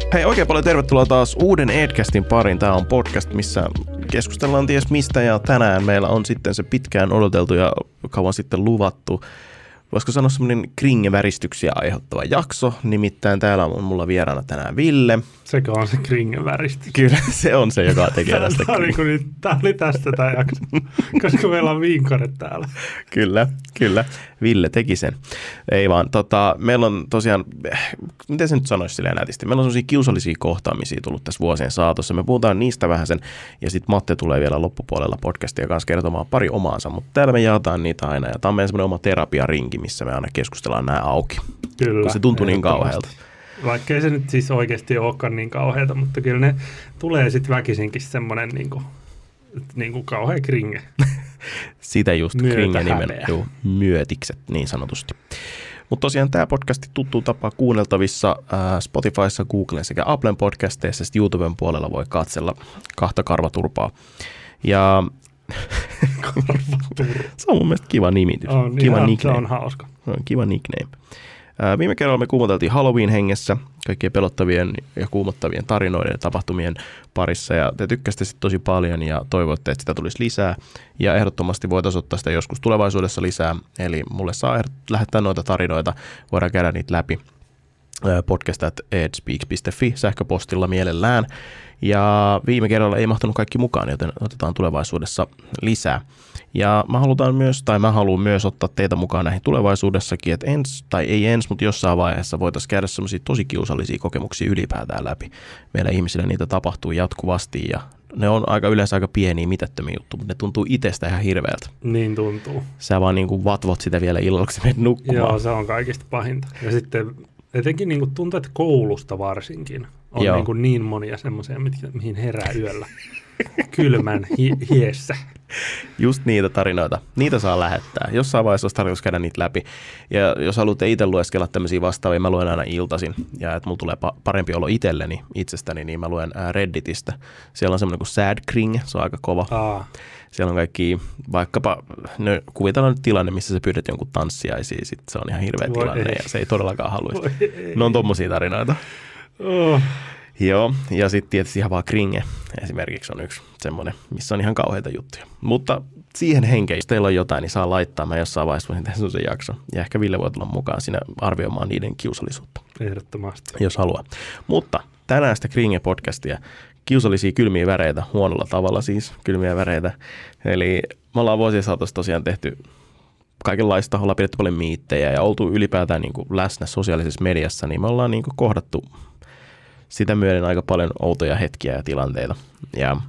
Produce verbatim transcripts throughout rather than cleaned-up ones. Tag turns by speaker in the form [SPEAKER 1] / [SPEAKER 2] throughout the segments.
[SPEAKER 1] Hei, oikein paljon tervetuloa taas uuden Edcastin pariin. Tämä on podcast, missä keskustellaan ties mistä, ja tänään meillä on sitten se pitkään odoteltu ja kauan sitten luvattu, voisiko sanoa semmoinen kringeväristyksiä aiheuttava jakso. Nimittäin täällä on mulla vieraana tänään Ville.
[SPEAKER 2] Sekö on se kringeväristys?
[SPEAKER 1] Kyllä, se on se, joka tekee tästä.
[SPEAKER 2] Tämä oli, kun, tämä oli tästä tämä jakso, koska meillä on viinkaret täällä.
[SPEAKER 1] Kyllä, kyllä. Ville teki sen. Ei vaan, tota, meillä on tosiaan, miten se nyt sanoisi silleen nätisti, meillä on sellaisia kiusallisia kohtaamisia tullut tässä vuosien saatossa. Me puhutaan niistä vähän sen, ja sitten Matte tulee vielä loppupuolella podcastia kanssa kertomaan pari omaansa, mutta täällä me jaetaan niitä aina, ja tämä on meidän semmoinen oma terapiarinki, missä me aina keskustellaan nämä auki.
[SPEAKER 2] Kyllä.
[SPEAKER 1] Kun se tuntuu niin kauhealta.
[SPEAKER 2] Vaikkei se nyt siis oikeasti olekaan niin kauheata, mutta kyllä ne tulee sitten väkisinkin semmoinen niinku, niinku kauhea kringe.
[SPEAKER 1] Sitä just kringe nimen, juu, myötikset niin sanotusti. Mutta tosiaan tämä podcasti tuttuu tapaa kuunneltavissa äh, Spotifyssa, Googlen sekä Applen podcasteissa. Sitten YouTuben puolella voi katsella kahta karvaturpaa. Ja
[SPEAKER 2] Karvaturpa.
[SPEAKER 1] Se on mun mielestä kiva nimitys.
[SPEAKER 2] On,
[SPEAKER 1] kiva
[SPEAKER 2] ihan,
[SPEAKER 1] nickname.
[SPEAKER 2] se on hauska.
[SPEAKER 1] Se on kiva nickname. Ää, viime kerralla me kuumoteltiin Halloween-hengessä kaikkien pelottavien ja kuumottavien tarinoiden ja tapahtumien parissa. Ja te tykkäsitte sitä tosi paljon ja toivoitte, että sitä tulisi lisää. Ja ehdottomasti voitaisiin ottaa sitä joskus tulevaisuudessa lisää. Eli mulle saa lähettää noita tarinoita, voidaan käydä niitä läpi. podcast at edspeaks piste fi sähköpostilla mielellään. Ja viime kerralla ei mahtunut kaikki mukaan, joten otetaan tulevaisuudessa lisää. Ja mä halutaan myös, tai mä haluan myös ottaa teitä mukaan näihin tulevaisuudessakin, että ens, tai ei ens, mutta jossain vaiheessa voitaisiin käydä semmoisia tosi kiusallisia kokemuksia ylipäätään läpi. Meillä ihmisillä niitä tapahtuu jatkuvasti ja ne on aika yleensä aika pieniä, mitättömiä juttuja, mutta ne tuntuu itsestä ihan hirveältä.
[SPEAKER 2] Niin tuntuu.
[SPEAKER 1] Sä vaan niin kuin vatvot sitä vielä illalla, kun sä menet nukkumaan.
[SPEAKER 2] Joo, se on kaikista pahinta. Ja sitten etenkin niin kuin tuntuu, että koulusta varsinkin on niin, kuin niin monia semmoisia, mihin herää yöllä kylmän hi- hiessä.
[SPEAKER 1] Just niitä tarinoita. Niitä saa lähettää. Jossain vaiheessa olisi tarkoitus käydä niitä läpi. Ja jos haluatte itse lueskella tämmöisiä vastaavia, mä luen aina iltaisin. Ja että mulla tulee pa- parempi olo itselleni, itsestäni, niin mä luen Redditistä. Siellä on semmoinen kuin Sad Kring, se on aika kova.
[SPEAKER 2] Aa.
[SPEAKER 1] Siellä on kaikki, vaikkapa, no, kuvitellaan nyt tilanne, missä sä pyydät jonkun tanssiaisiin, sit se on ihan hirveä Voi tilanne ei. Ja se ei todellakaan haluaisi. Ne on tommosia tarinoita.
[SPEAKER 2] Oh.
[SPEAKER 1] Joo, ja sitten tietysti ihan vaan kringe esimerkiksi on yksi semmoinen, missä on ihan kauheita juttuja. Mutta siihen henkeen, jos teillä on jotain, niin saa laittaa. Mä jossain vaiheessa voisin tehdä sen jakson. Ja ehkä Ville voi tulla mukaan siinä arvioimaan niiden kiusallisuutta.
[SPEAKER 2] Ehdottomasti.
[SPEAKER 1] Jos haluaa. Mutta tänään sitä kringe-podcastia. Kiusallisia kylmiä väreitä, huonolla tavalla siis kylmiä väreitä. Eli me ollaan vuosien saatossa tosiaan tehty kaikenlaista, ollaan pidetty paljon miittejä ja oltu ylipäätään niin kuin läsnä sosiaalisessa mediassa, niin me ollaan niin kuin kohdattu sitä myöden aika paljon outoja hetkiä ja tilanteita. Ja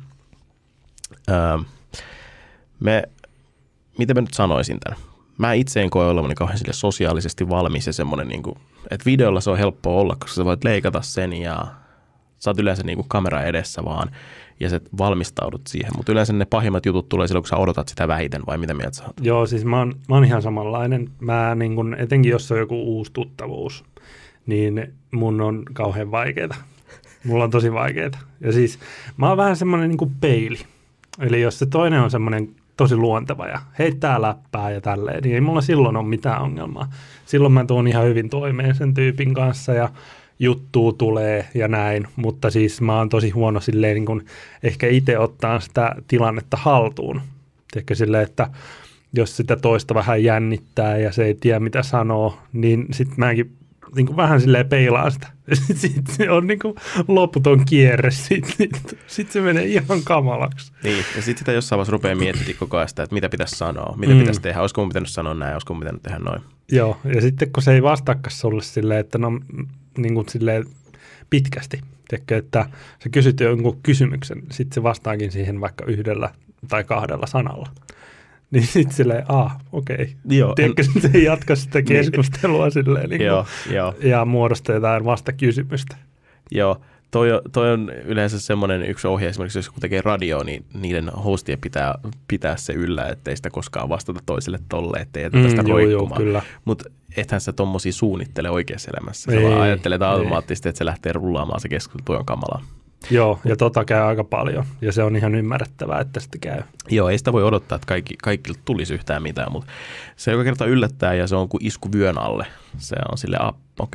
[SPEAKER 1] ää, me, miten mä nyt sanoisin tämän? Mä itse en koe olevani kauhean sille sosiaalisesti valmis ja semmoinen, niin kuin, että videolla se on helppoa olla, koska sä voit leikata sen ja sä oot yleensä niin kuin kamera edessä vaan ja sä valmistaudut siihen. Mutta yleensä ne pahimmat jutut tulee silloin, kun sä odotat sitä vähiten vai mitä mieltä sä oot?
[SPEAKER 2] Joo, siis mä oon, mä oon ihan samanlainen. Mä niin kun, etenkin jos on joku uusi tuttavuus, niin mun on kauhean vaikeeta. Mulla on tosi vaikeeta. Ja siis mä oon vähän semmoinen niin kuin peili. Eli jos se toinen on semmoinen tosi luonteva ja heittää läppää ja tälleen, niin ei mulla silloin ole mitään ongelmaa. Silloin mä tuon ihan hyvin toimeen sen tyypin kanssa ja juttuu tulee ja näin, mutta siis mä oon tosi huono silleen niin kuin ehkä itse ottaa sitä tilannetta haltuun. Tiedätkö silleen, että jos sitä toista vähän jännittää ja se ei tiedä mitä sanoo, niin sit mäkin niin kuin vähän silleen peilaan sitä. Sitten se on niin kuin loputon kierre. Sitten sit, sit se menee ihan kamalaksi.
[SPEAKER 1] Niin, ja sitten sitä jossain vaiheessa rupeaa miettimään koko ajan sitä, että mitä pitäisi sanoa, mitä mm. pitäisi tehdä. Olisiko mun pitänyt sanoa näin, olisiko mun pitänyt tehdä noin.
[SPEAKER 2] Joo, ja sitten kun se ei vastaakaan sulle silleen, että no niin kuin silleen pitkästi. Tiedätkö, että sä kysyt jonkun kysymyksen, sitten se vastaakin siihen vaikka yhdellä tai kahdella sanalla. Niin sitten silleen, aah, okei. Okay. Tiedätkö, en... se jatka sitä keskustelua silleen niin
[SPEAKER 1] joo, jo.
[SPEAKER 2] ja muodostaa jotain vastakysymystä.
[SPEAKER 1] Joo, toi, toi on yleensä semmoinen yksi ohje, esimerkiksi jos kun tekee radioa, niin niiden hostien pitää pitää se yllä, ettei sitä koskaan vastata toiselle tolle, ettei jätä tästä mm, roikkumaan. Mutta ethän sä tommosia suunnittele oikeassa elämässä. Sä vaan ajattelet automaattisesti, että se lähtee rullaamaan se keskustelu, toi on kamalaa.
[SPEAKER 2] Joo, ja tota käy aika paljon, ja se on ihan ymmärrettävää, että sitä käy.
[SPEAKER 1] Joo, ei sitä voi odottaa, että kaikki, kaikille tulisi yhtään mitään, mutta se joka kerta yllättää, ja se on kuin isku vyön alle. Se on silleen, ah, okei, okay.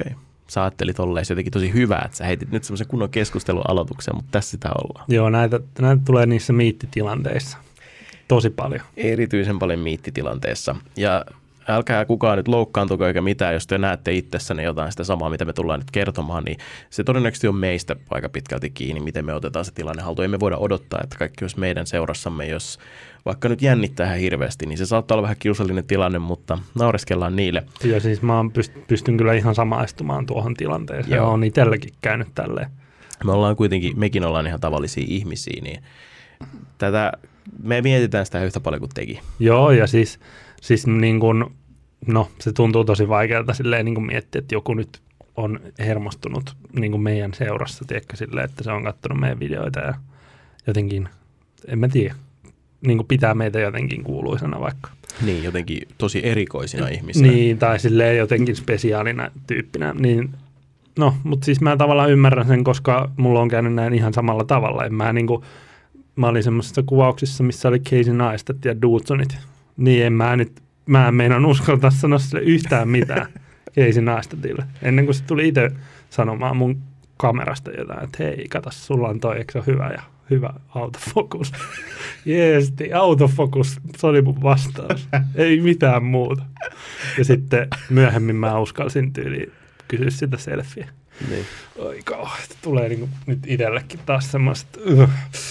[SPEAKER 1] sä ajattelit olleesi jotenkin tosi hyvää, että sä heitit nyt semmoisen kunnon keskustelun aloituksen, mutta tässä sitä ollaan.
[SPEAKER 2] Joo, näitä, näitä tulee niissä miittitilanteissa tosi paljon.
[SPEAKER 1] Erityisen paljon miittitilanteessa. Ja älkää kukaan nyt loukkaantuko eikä mitään, jos te näette itsessänne jotain sitä samaa, mitä me tullaan nyt kertomaan, niin se todennäköisesti on meistä aika pitkälti kiinni, miten me otetaan se tilanne haltuun. Ei me voida odottaa, että kaikki olisi meidän seurassamme, jos vaikka nyt jännittää ihan hirveästi, niin se saattaa olla vähän kiusallinen tilanne, mutta naureskellaan niille.
[SPEAKER 2] Ja siis mä pyst- pystyn kyllä ihan samaistumaan tuohon tilanteeseen. Joo. Olen itselläkin käynyt tälleen.
[SPEAKER 1] Me ollaan kuitenkin, mekin ollaan ihan tavallisia ihmisiä, niin tätä, me mietitään sitä yhtä paljon kuin teki.
[SPEAKER 2] Joo, ja siis, siis niin kuin, no, se tuntuu tosi vaikealta silleen niin kuin miettiä, että joku nyt on hermostunut niin kuin meidän seurassa, tiedätkö, silleen, että se on katsonut meidän videoita ja jotenkin, en mä tiedä, niin kuin pitää meitä jotenkin kuuluisena vaikka.
[SPEAKER 1] Niin, jotenkin tosi erikoisina ihmisinä.
[SPEAKER 2] Niin, tai silleen jotenkin spesiaalina tyyppinä, niin no, mutta siis mä tavallaan ymmärrän sen, koska mulla on käynyt näin ihan samalla tavalla. En mä, niin kuin, mä olin semmoisissa kuvauksissa, missä oli Casey Neistat ja Dudesonit. Niin en mä nyt, mä en meinaan uskaltaa sanoa sille yhtään mitään Casey Neistatille. Ennen kuin se tuli itse sanomaan mun kamerasta jotain, että hei, kato, sulla on toi, eikö se ole hyvä ja hyvä autofokus. Jeesti, autofokus, se oli mun vastaus. Ei mitään muuta. Ja sitten myöhemmin mä uskalsin tyyliin kysyä sitä selfieä.
[SPEAKER 1] Niin.
[SPEAKER 2] Oi kauheasti, tulee niinku nyt itsellekin taas semmoiset uh,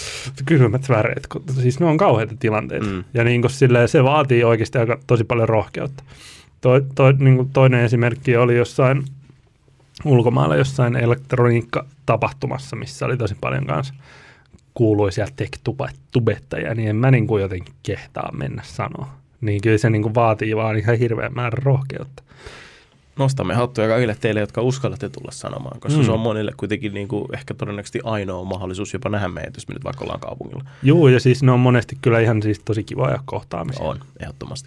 [SPEAKER 2] kylmät väreet, kun siis ne on kauheita tilanteita. Mm. Ja niin silleen, se vaatii oikeasti aika tosi paljon rohkeutta. Toi, toi, niin toinen esimerkki oli jossain ulkomailla jossain elektroniikka-tapahtumassa, missä oli tosi paljon kanssa kuuluisia tech-tubettajia, niin en mä niin kuin jotenkin kehtaa mennä sanoa. Niin kyllä se niin kuin vaatii vaan ihan hirveän määrän rohkeutta.
[SPEAKER 1] Nostamme hattuja kaikille teille, jotka uskallatte tulla sanomaan, koska mm. se on monille kuitenkin niin kuin ehkä todennäköisesti ainoa mahdollisuus jopa nähdä meitä, jos me nyt vaikka ollaan kaupungilla.
[SPEAKER 2] Joo, ja siis ne on monesti kyllä ihan siis tosi kivoja kohtaamisia.
[SPEAKER 1] On, ehdottomasti.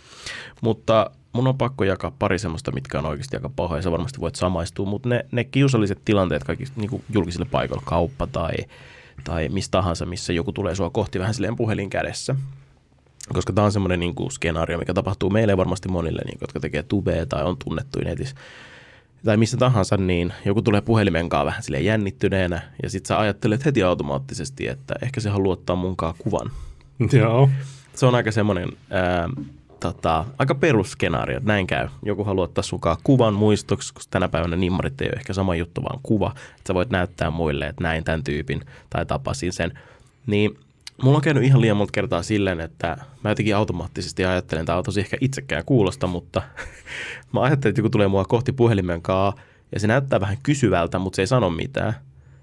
[SPEAKER 1] Mutta mun on pakko jakaa pari semmoista, mitkä on oikeasti aika pahoja, sä varmasti voit samaistua, mutta ne, ne kiusalliset tilanteet kaikki niin kuin julkisille paikoilla, kauppa tai, tai mistä tahansa, missä joku tulee sua kohti vähän silleen puhelin kädessä. Koska tämä on semmoinen niin kuin skenaario, mikä tapahtuu meille varmasti monille, niin, jotka tekee tubea tai on tunnettuja netissä. Tai missä tahansa, niin joku tulee puhelimen kanssa vähän silleen jännittyneenä, ja sit sä ajattelet heti automaattisesti, että ehkä se haluaa ottaa munkaan kuvan.
[SPEAKER 2] Joo.
[SPEAKER 1] Se on aika semmoinen ää, tota, aika perusskenaario, että näin käy. Joku haluaa ottaa sunkaan kuvan muistoksi, koska tänä päivänä nimmarit ei ole ehkä sama juttu, vaan kuva. Että sä voit näyttää muille, että näin tämän tyypin tai tapasin sen. Niin mulla on käynyt ihan liian monta kertaa silleen, että mä jotenkin automaattisesti ajattelen, tämä on tosi ehkä itsekään kuulosta, mutta mä ajattelen, että joku tulee mua kohti puhelimen kaa ja se näyttää vähän kysyvältä, mutta se ei sano mitään.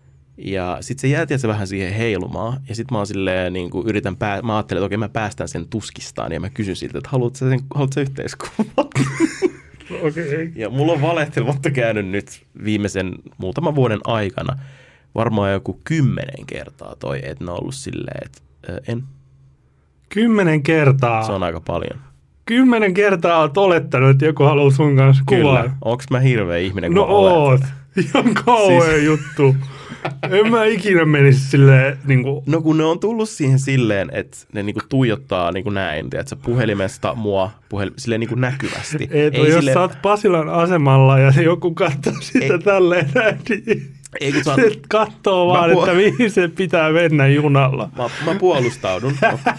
[SPEAKER 1] Ja sit se jää tietysti vähän siihen heilumaan ja sit mä oon silleen, niin kuin yritän, pää- mä ajattelen, että okei mä päästän sen tuskistaan ja mä kysyn siltä, että haluatko sä, sen, haluatko sä yhteiskuvan?
[SPEAKER 2] Okay.
[SPEAKER 1] Ja mulla on valehtelematta käynyt nyt viimeisen muutaman vuoden aikana varmaan joku kymmenen kertaa toi, että ne on ollut silleen, että en.
[SPEAKER 2] Kymmenen kertaa?
[SPEAKER 1] Se on aika paljon.
[SPEAKER 2] Kymmenen kertaa olet olettanut, että joku haluaa sun kanssa kuvaa.
[SPEAKER 1] Kyllä. Onks mä hirveä ihminen, kun
[SPEAKER 2] no oot. Ihan kauhea siis juttu. En mä ikinä menisi silleen niin kuin.
[SPEAKER 1] No kun ne on tullut siihen silleen, että ne niinku tuijottaa niinku näin, tiedätkö, puhelimesta mua puhel- silleen niinku näkyvästi.
[SPEAKER 2] Et, ei jos silleen sä oot Pasilan asemalla ja joku katsoo sitä ei tälleen näin, niin ei, kun sä se katsoo vaan, puol- että mihin se pitää mennä junalla.
[SPEAKER 1] Mä, mä puolustaudun.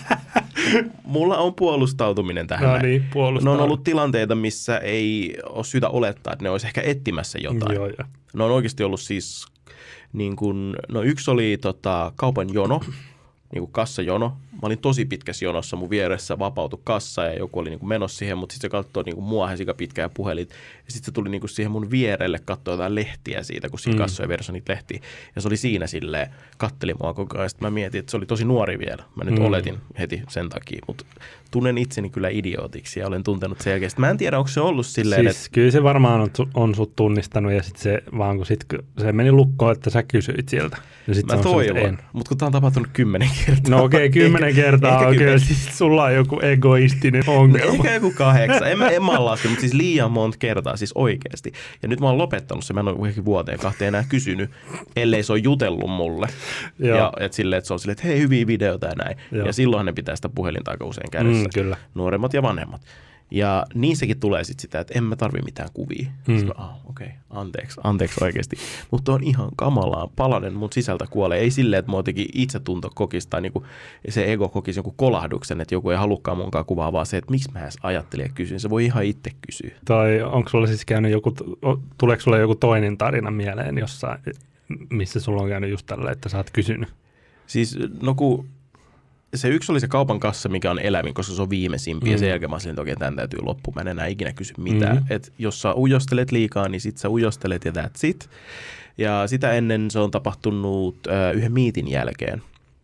[SPEAKER 1] Mulla on puolustautuminen tähän.
[SPEAKER 2] No niin,
[SPEAKER 1] ne on ollut tilanteita, missä ei ole syytä olettaa, että ne olisi ehkä etsimässä jotain.
[SPEAKER 2] Joo, jo.
[SPEAKER 1] Ne on oikeasti ollut siis, niin kun, no yksi oli tota, kaupan jono, niin kuin kassajono. Mä olin tosi pitkässä jonossa, mun vieressä vapautui kassa ja joku oli niin kuin menossa siihen, mutta sitten se katsoi niin kuin mua hän sika pitkään ja puhelit. Ja sitten se tuli niin kuin siihen mun vierelle katsoa jotain lehtiä siitä, kun siinä mm. kassojen vieressä niitä lehtiä. Ja se oli siinä silleen, katteli mua koko ajan. Sitten mä mietin, että se oli tosi nuori vielä. Mä nyt mm. oletin heti sen takia, mutta tunnen itseni kyllä idiootiksi ja olen tuntenut sen jälkeen. Sitten mä en tiedä, onko se ollut silleen,
[SPEAKER 2] siis että kyllä se varmaan on, on sut tunnistanut ja sitten se vaan kun sit, se meni lukkoon, että sä kysyit sieltä. Ja sit
[SPEAKER 1] mä toivon, mutta kun tää on tapahtunut kymmenen kertaa.
[SPEAKER 2] No okei, okay, kymmenen kertaa on kyllä, siis sulla on joku egoistinen ongelma.
[SPEAKER 1] Ehkä joku kahdeksan, en mä, en mä ole laskenut, mutta siis liian monta kertaa, siis oikeasti. Ja nyt mä oon lopettanut se, mä en ole ehkä vuoteen kahteen enää kysynyt, ellei se ole jutellut mulle. Ja et silleen, että se on silleen, että hei, hyviä videoita ja näin. Joo. Ja silloin ne pitää sitä puhelinta aika usein kädessä.
[SPEAKER 2] Mm, kyllä.
[SPEAKER 1] Nuoremmat ja vanhemmat. Ja niissäkin tulee sitten sitä, että en mä tarvi mitään kuvia.
[SPEAKER 2] Mm.
[SPEAKER 1] Sitten mä, ah, okei, okay, anteeksi, anteeksi oikeasti. Mutta on ihan kamalaa, palanen mun sisältä kuolee. Ei silleen, että mä jotenkin itsetunto kokisi tai niinku se ego kokisi jonkun kolahduksen, että joku ei halukkaan munkaan kuvaa, vaan se, että miksi mä edes ajattelin ja kysyin. Se voi ihan itse kysyä.
[SPEAKER 2] Tai onko sulla siis käynyt joku, tuleeko sulla joku toinen tarina mieleen jossain, missä sulla on käynyt just tällä, että sä oot kysynyt?
[SPEAKER 1] Siis no kun se yksi oli se kaupan kassa, mikä on elävin, koska se on viimeisimpi. Mm. Ja sen jälkeen mä olin, että okei, tämän täytyy loppu. Mä en enää ikinä kysy mitään. Mm. Että jos sä ujostelet liikaa, niin sit sä ujostelet ja that's it. Ja sitä ennen se on tapahtunut äh, yhden miitin jälkeen.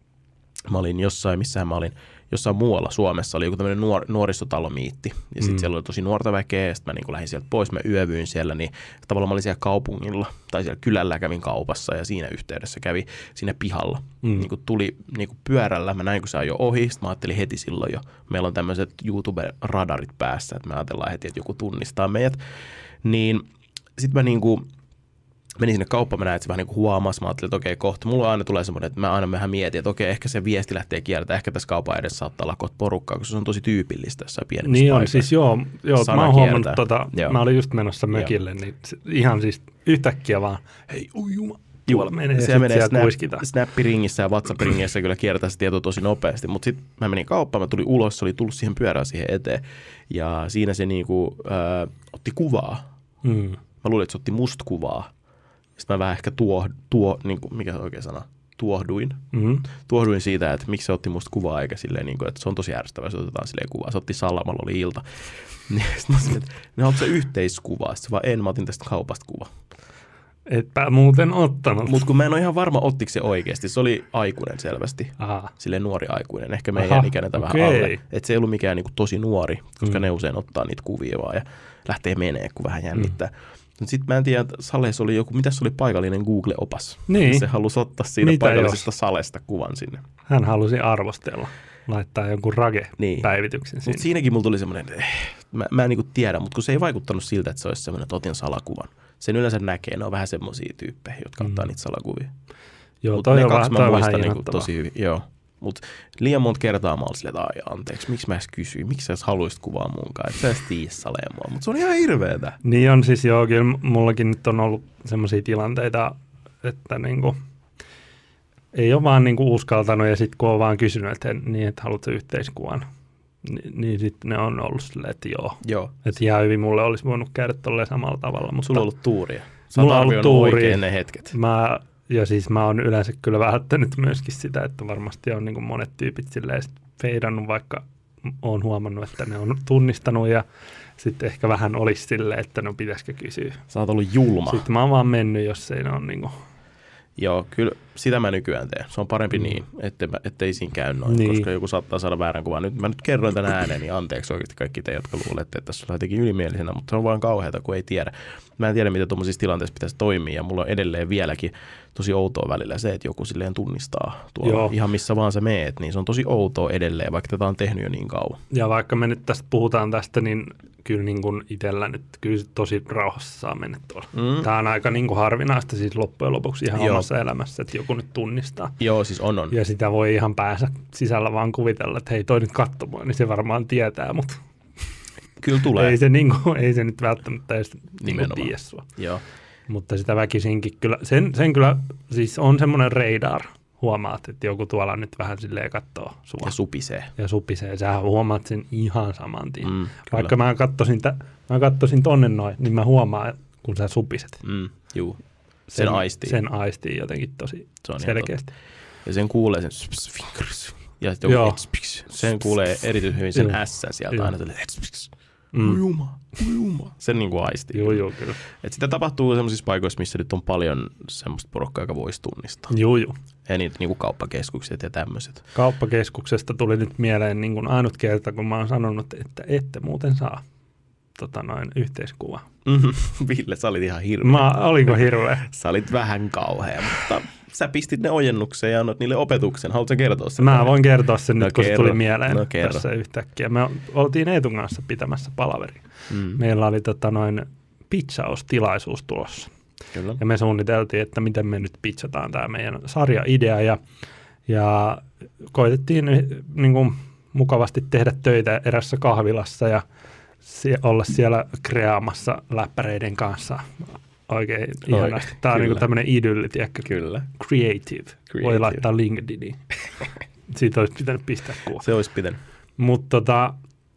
[SPEAKER 1] Mä olin jossain, missähän mä olin, jossain muualla Suomessa oli joku tämmöinen nuor, nuorisotalomiitti. Ja sitten mm. siellä oli tosi nuorta väkeä, ja sitten mä niin lähdin sieltä pois, mä yövyin siellä, niin tavallaan mä olin siellä kaupungilla, tai siellä kylällä kävin kaupassa, ja siinä yhteydessä kävi siinä pihalla. Mm. Niin kuin tuli niin kuin pyörällä, mä näin kun se ajoi ohi, sitten mä ajattelin heti silloin jo, meillä on tämmöiset YouTube-radarit päässä, että me ajatellaan heti, että joku tunnistaa meidät. Niin sitten mä niin kuin menin sinne kauppaan, mä näin, että se vähän niin kuin huomasi. Mä ajattelin, että okei, kohta. Mulla aina tulee semmoinen, että mä aina vähän mietin, että okei, ehkä se viesti lähtee kiertämään. Ehkä tässä kaupan edessä saattaa olla kohta porukkaa, koska se on tosi tyypillistä jossain pienemmissä
[SPEAKER 2] Niin on,
[SPEAKER 1] paikoissa.
[SPEAKER 2] siis joo. joo mä oon huomannut, tota, mä olin just menossa mökille, joo. Niin ihan siis yhtäkkiä vaan, hei ujuma. Tuolla menee,
[SPEAKER 1] se
[SPEAKER 2] ja
[SPEAKER 1] menee
[SPEAKER 2] sitten kuiskitaan.
[SPEAKER 1] Snappi-ringissä ja WhatsApp-ringissä kyllä kiertää se tieto tosi nopeasti. Mutta sitten mä menin kauppaan, mä tulin ulos, se oli tullut siihen pyörään siihen eteen. Ja siinä se niinku, äh, otti kuvaa. Mm. Mä luulin, että se otti musta kuvaa. Sitten mä vähän ehkä tuo, tuo niin kuin, mikä se oikein sana, tuohduin. Mm-hmm. Tuohduin siitä, että miksi se otti musta kuvaa, eikä silleen, niin kuin, että se on tosi ärsyttävää, se otetaan silleen kuvaa. Se otti Salamalla, oli ilta. Sitten mä sanoin, että ne haluat se yhteiskuvaa. Sitten vaan en, mä otin tästä kaupasta kuvaa.
[SPEAKER 2] Etpä muuten ottanut.
[SPEAKER 1] Mutta kun mä en ole ihan varma, ottiko se oikeasti. Se oli aikuinen selvästi. Aha. Silleen nuori aikuinen. Ehkä meidän ikäinen okay. vähän alle. Että se ei ollut mikään niin kuin, tosi nuori, koska mm. ne usein ottaa niitä kuvia vaan ja lähtee menee, kun vähän jännittää. Mm. Sitten mä en tiedä, että saleessa oli joku, mitä se oli paikallinen Google-opas.
[SPEAKER 2] Niin.
[SPEAKER 1] Se halusi ottaa siitä mitä paikallisesta jos? salesta kuvan sinne.
[SPEAKER 2] Hän halusi arvostella, laittaa jonkun rage-päivityksen niin. sinne.
[SPEAKER 1] Mutta siinäkin mulla tuli semmoinen, että eh, mä, mä en niinku tiedä, mutta kun se ei vaikuttanut siltä, että se olisi semmoinen, että otin salakuvan. Sen yleensä näkee, ne on vähän semmoisia tyyppejä, jotka mm. ottaa niitä salakuvia.
[SPEAKER 2] Joo, toi on, vähän, toi vähän
[SPEAKER 1] niinku tosi hyvin. Joo. Mutta liian monta kertaa mä olin silleen, että ai anteeksi, miksi mä edes kysyin, miksi sä edes haluaisit kuvaa munkaan, että sä edes tiedä saleen mua, mutta se on ihan hirveetä.
[SPEAKER 2] Niin on siis joo, kyllä mullakin nyt on ollut semmoisia tilanteita, että niinku, ei ole vaan niinku uskaltanut ja sitten kun on vaan kysynyt, että, niin, että haluatko yhteiskuvan, niin, niin sitten ne on ollut silleen, että joo. joo. Että ihan hyvin mulle olisi voinut käydä tolleen samalla tavalla. Mutta
[SPEAKER 1] sulla on ollut tuuria. Sä oot arvioinut oikein ne hetket.
[SPEAKER 2] Mä, ja siis mä oon yleensä kyllä välttänyt myöskin sitä, että varmasti on niin kuin monet tyypit silleen feidannut, vaikka oon huomannut, että ne on tunnistanut ja sitten ehkä vähän olisi silleen, että no pitäisikö kysyä.
[SPEAKER 1] Sä oot ollut julma.
[SPEAKER 2] Sitten mä oon vaan mennyt, jos ei ne ole niin kuin.
[SPEAKER 1] Joo, kyllä sitä mä nykyään teen. Se on parempi mm. niin, ettei, ettei siinä käy noin, niin. Koska joku saattaa saada väärän kuvan. Nyt mä nyt kerroin tämän ääneen, niin anteeksi oikeasti kaikki te, jotka luulette, että tässä on jotenkin ylimielisenä, mutta se on vaan kauheata, kun ei tiedä. Mä en tiedä, miten tuommoisissa tilanteissa pitäisi toimia, ja mulla on edelleen vieläkin tosi outoa välillä se, että joku silleen tunnistaa tuolla Joo. ihan missä vaan sä meet, niin se on tosi outoa edelleen, vaikka tätä on tehnyt jo niin kauan. Ja
[SPEAKER 2] vaikka me nyt tästä puhutaan tästä, niin kyllä niin kuin itsellä nyt kyllä tosi rauhassa saa mennä tuolla. Mm. Tämä on aika niin kuin harvinaista siis loppujen lopuksi ihan Joo. omassa elämässä, että joku nyt tunnistaa.
[SPEAKER 1] Joo, siis on on.
[SPEAKER 2] Ja sitä voi ihan päänsä sisällä vaan kuvitella, että hei toi nyt katso mua, niin se varmaan tietää, mutta
[SPEAKER 1] kyllä tulee.
[SPEAKER 2] ei, se niin kuin, ei se nyt välttämättä edes niin tiedä sua.
[SPEAKER 1] Joo.
[SPEAKER 2] Mutta sitä väkisinkin kyllä, sen, sen kyllä siis on semmoinen radar. Huomaat, että joku tuolla nyt vähän silleen katsoo sua.
[SPEAKER 1] Ja supisee.
[SPEAKER 2] Ja supisee. Sähän huomaat sen ihan saman tien. Mm, Vaikka mä kattosin, tä, mä kattosin tonne noin, niin mä huomaan, kun sä supiset.
[SPEAKER 1] Mm, juu. Sen, sen aistii.
[SPEAKER 2] Sen aistii jotenkin tosi selkeästi.
[SPEAKER 1] Ja sen kuulee sen ja sitten joku sen kuulee erityisen hyvin sen ässän sieltä aina. Mm. Ujuma, ujuma. Sen niin kuin aistii.
[SPEAKER 2] Joo, joo, kyllä.
[SPEAKER 1] Et sitä tapahtuu sellaisissa paikoissa, missä nyt on paljon semmoista porukkaa, joka voisi tunnistaa.
[SPEAKER 2] Joo, joo.
[SPEAKER 1] Ja niitä niin kuin kauppakeskukset ja tämmöiset.
[SPEAKER 2] Kauppakeskuksesta tuli nyt mieleen niin kuin ainut kerta, kun mä oon sanonut, että ette muuten saa tota noin yhteiskuva.
[SPEAKER 1] Mm-hmm. Ville, sä olit ihan hirveä.
[SPEAKER 2] Mä, oliko hirveä?
[SPEAKER 1] Sä olit vähän kauhea, mutta sä pistit ne ojennukseen ja annot niille opetuksen. Haluatko kertoa sen?
[SPEAKER 2] Mä voin kertoa sen
[SPEAKER 1] no
[SPEAKER 2] nyt, kun
[SPEAKER 1] kerro.
[SPEAKER 2] se tuli mieleen
[SPEAKER 1] no
[SPEAKER 2] tässä yhtäkkiä. Me oltiin Eetun kanssa pitämässä palaveria. Mm. Meillä oli tota noin pitchaustilaisuus tulossa. Kyllä. Ja me suunniteltiin, että miten me nyt pitchataan tämä meidän sarjaidea. Ja, ja koitettiin niin kuin mukavasti tehdä töitä erässä kahvilassa ja sie- olla siellä kreaamassa läppäreiden kanssa oikein ihanasti. Tämä on niinku tämmöinen idylli, tiedätkö?
[SPEAKER 1] Kyllä.
[SPEAKER 2] Creative.
[SPEAKER 1] Creative.
[SPEAKER 2] Voi laittaa LinkedIniin. Siitä olisi pitänyt pistää kuva.
[SPEAKER 1] Se olisi pitänyt.
[SPEAKER 2] Mutta tota,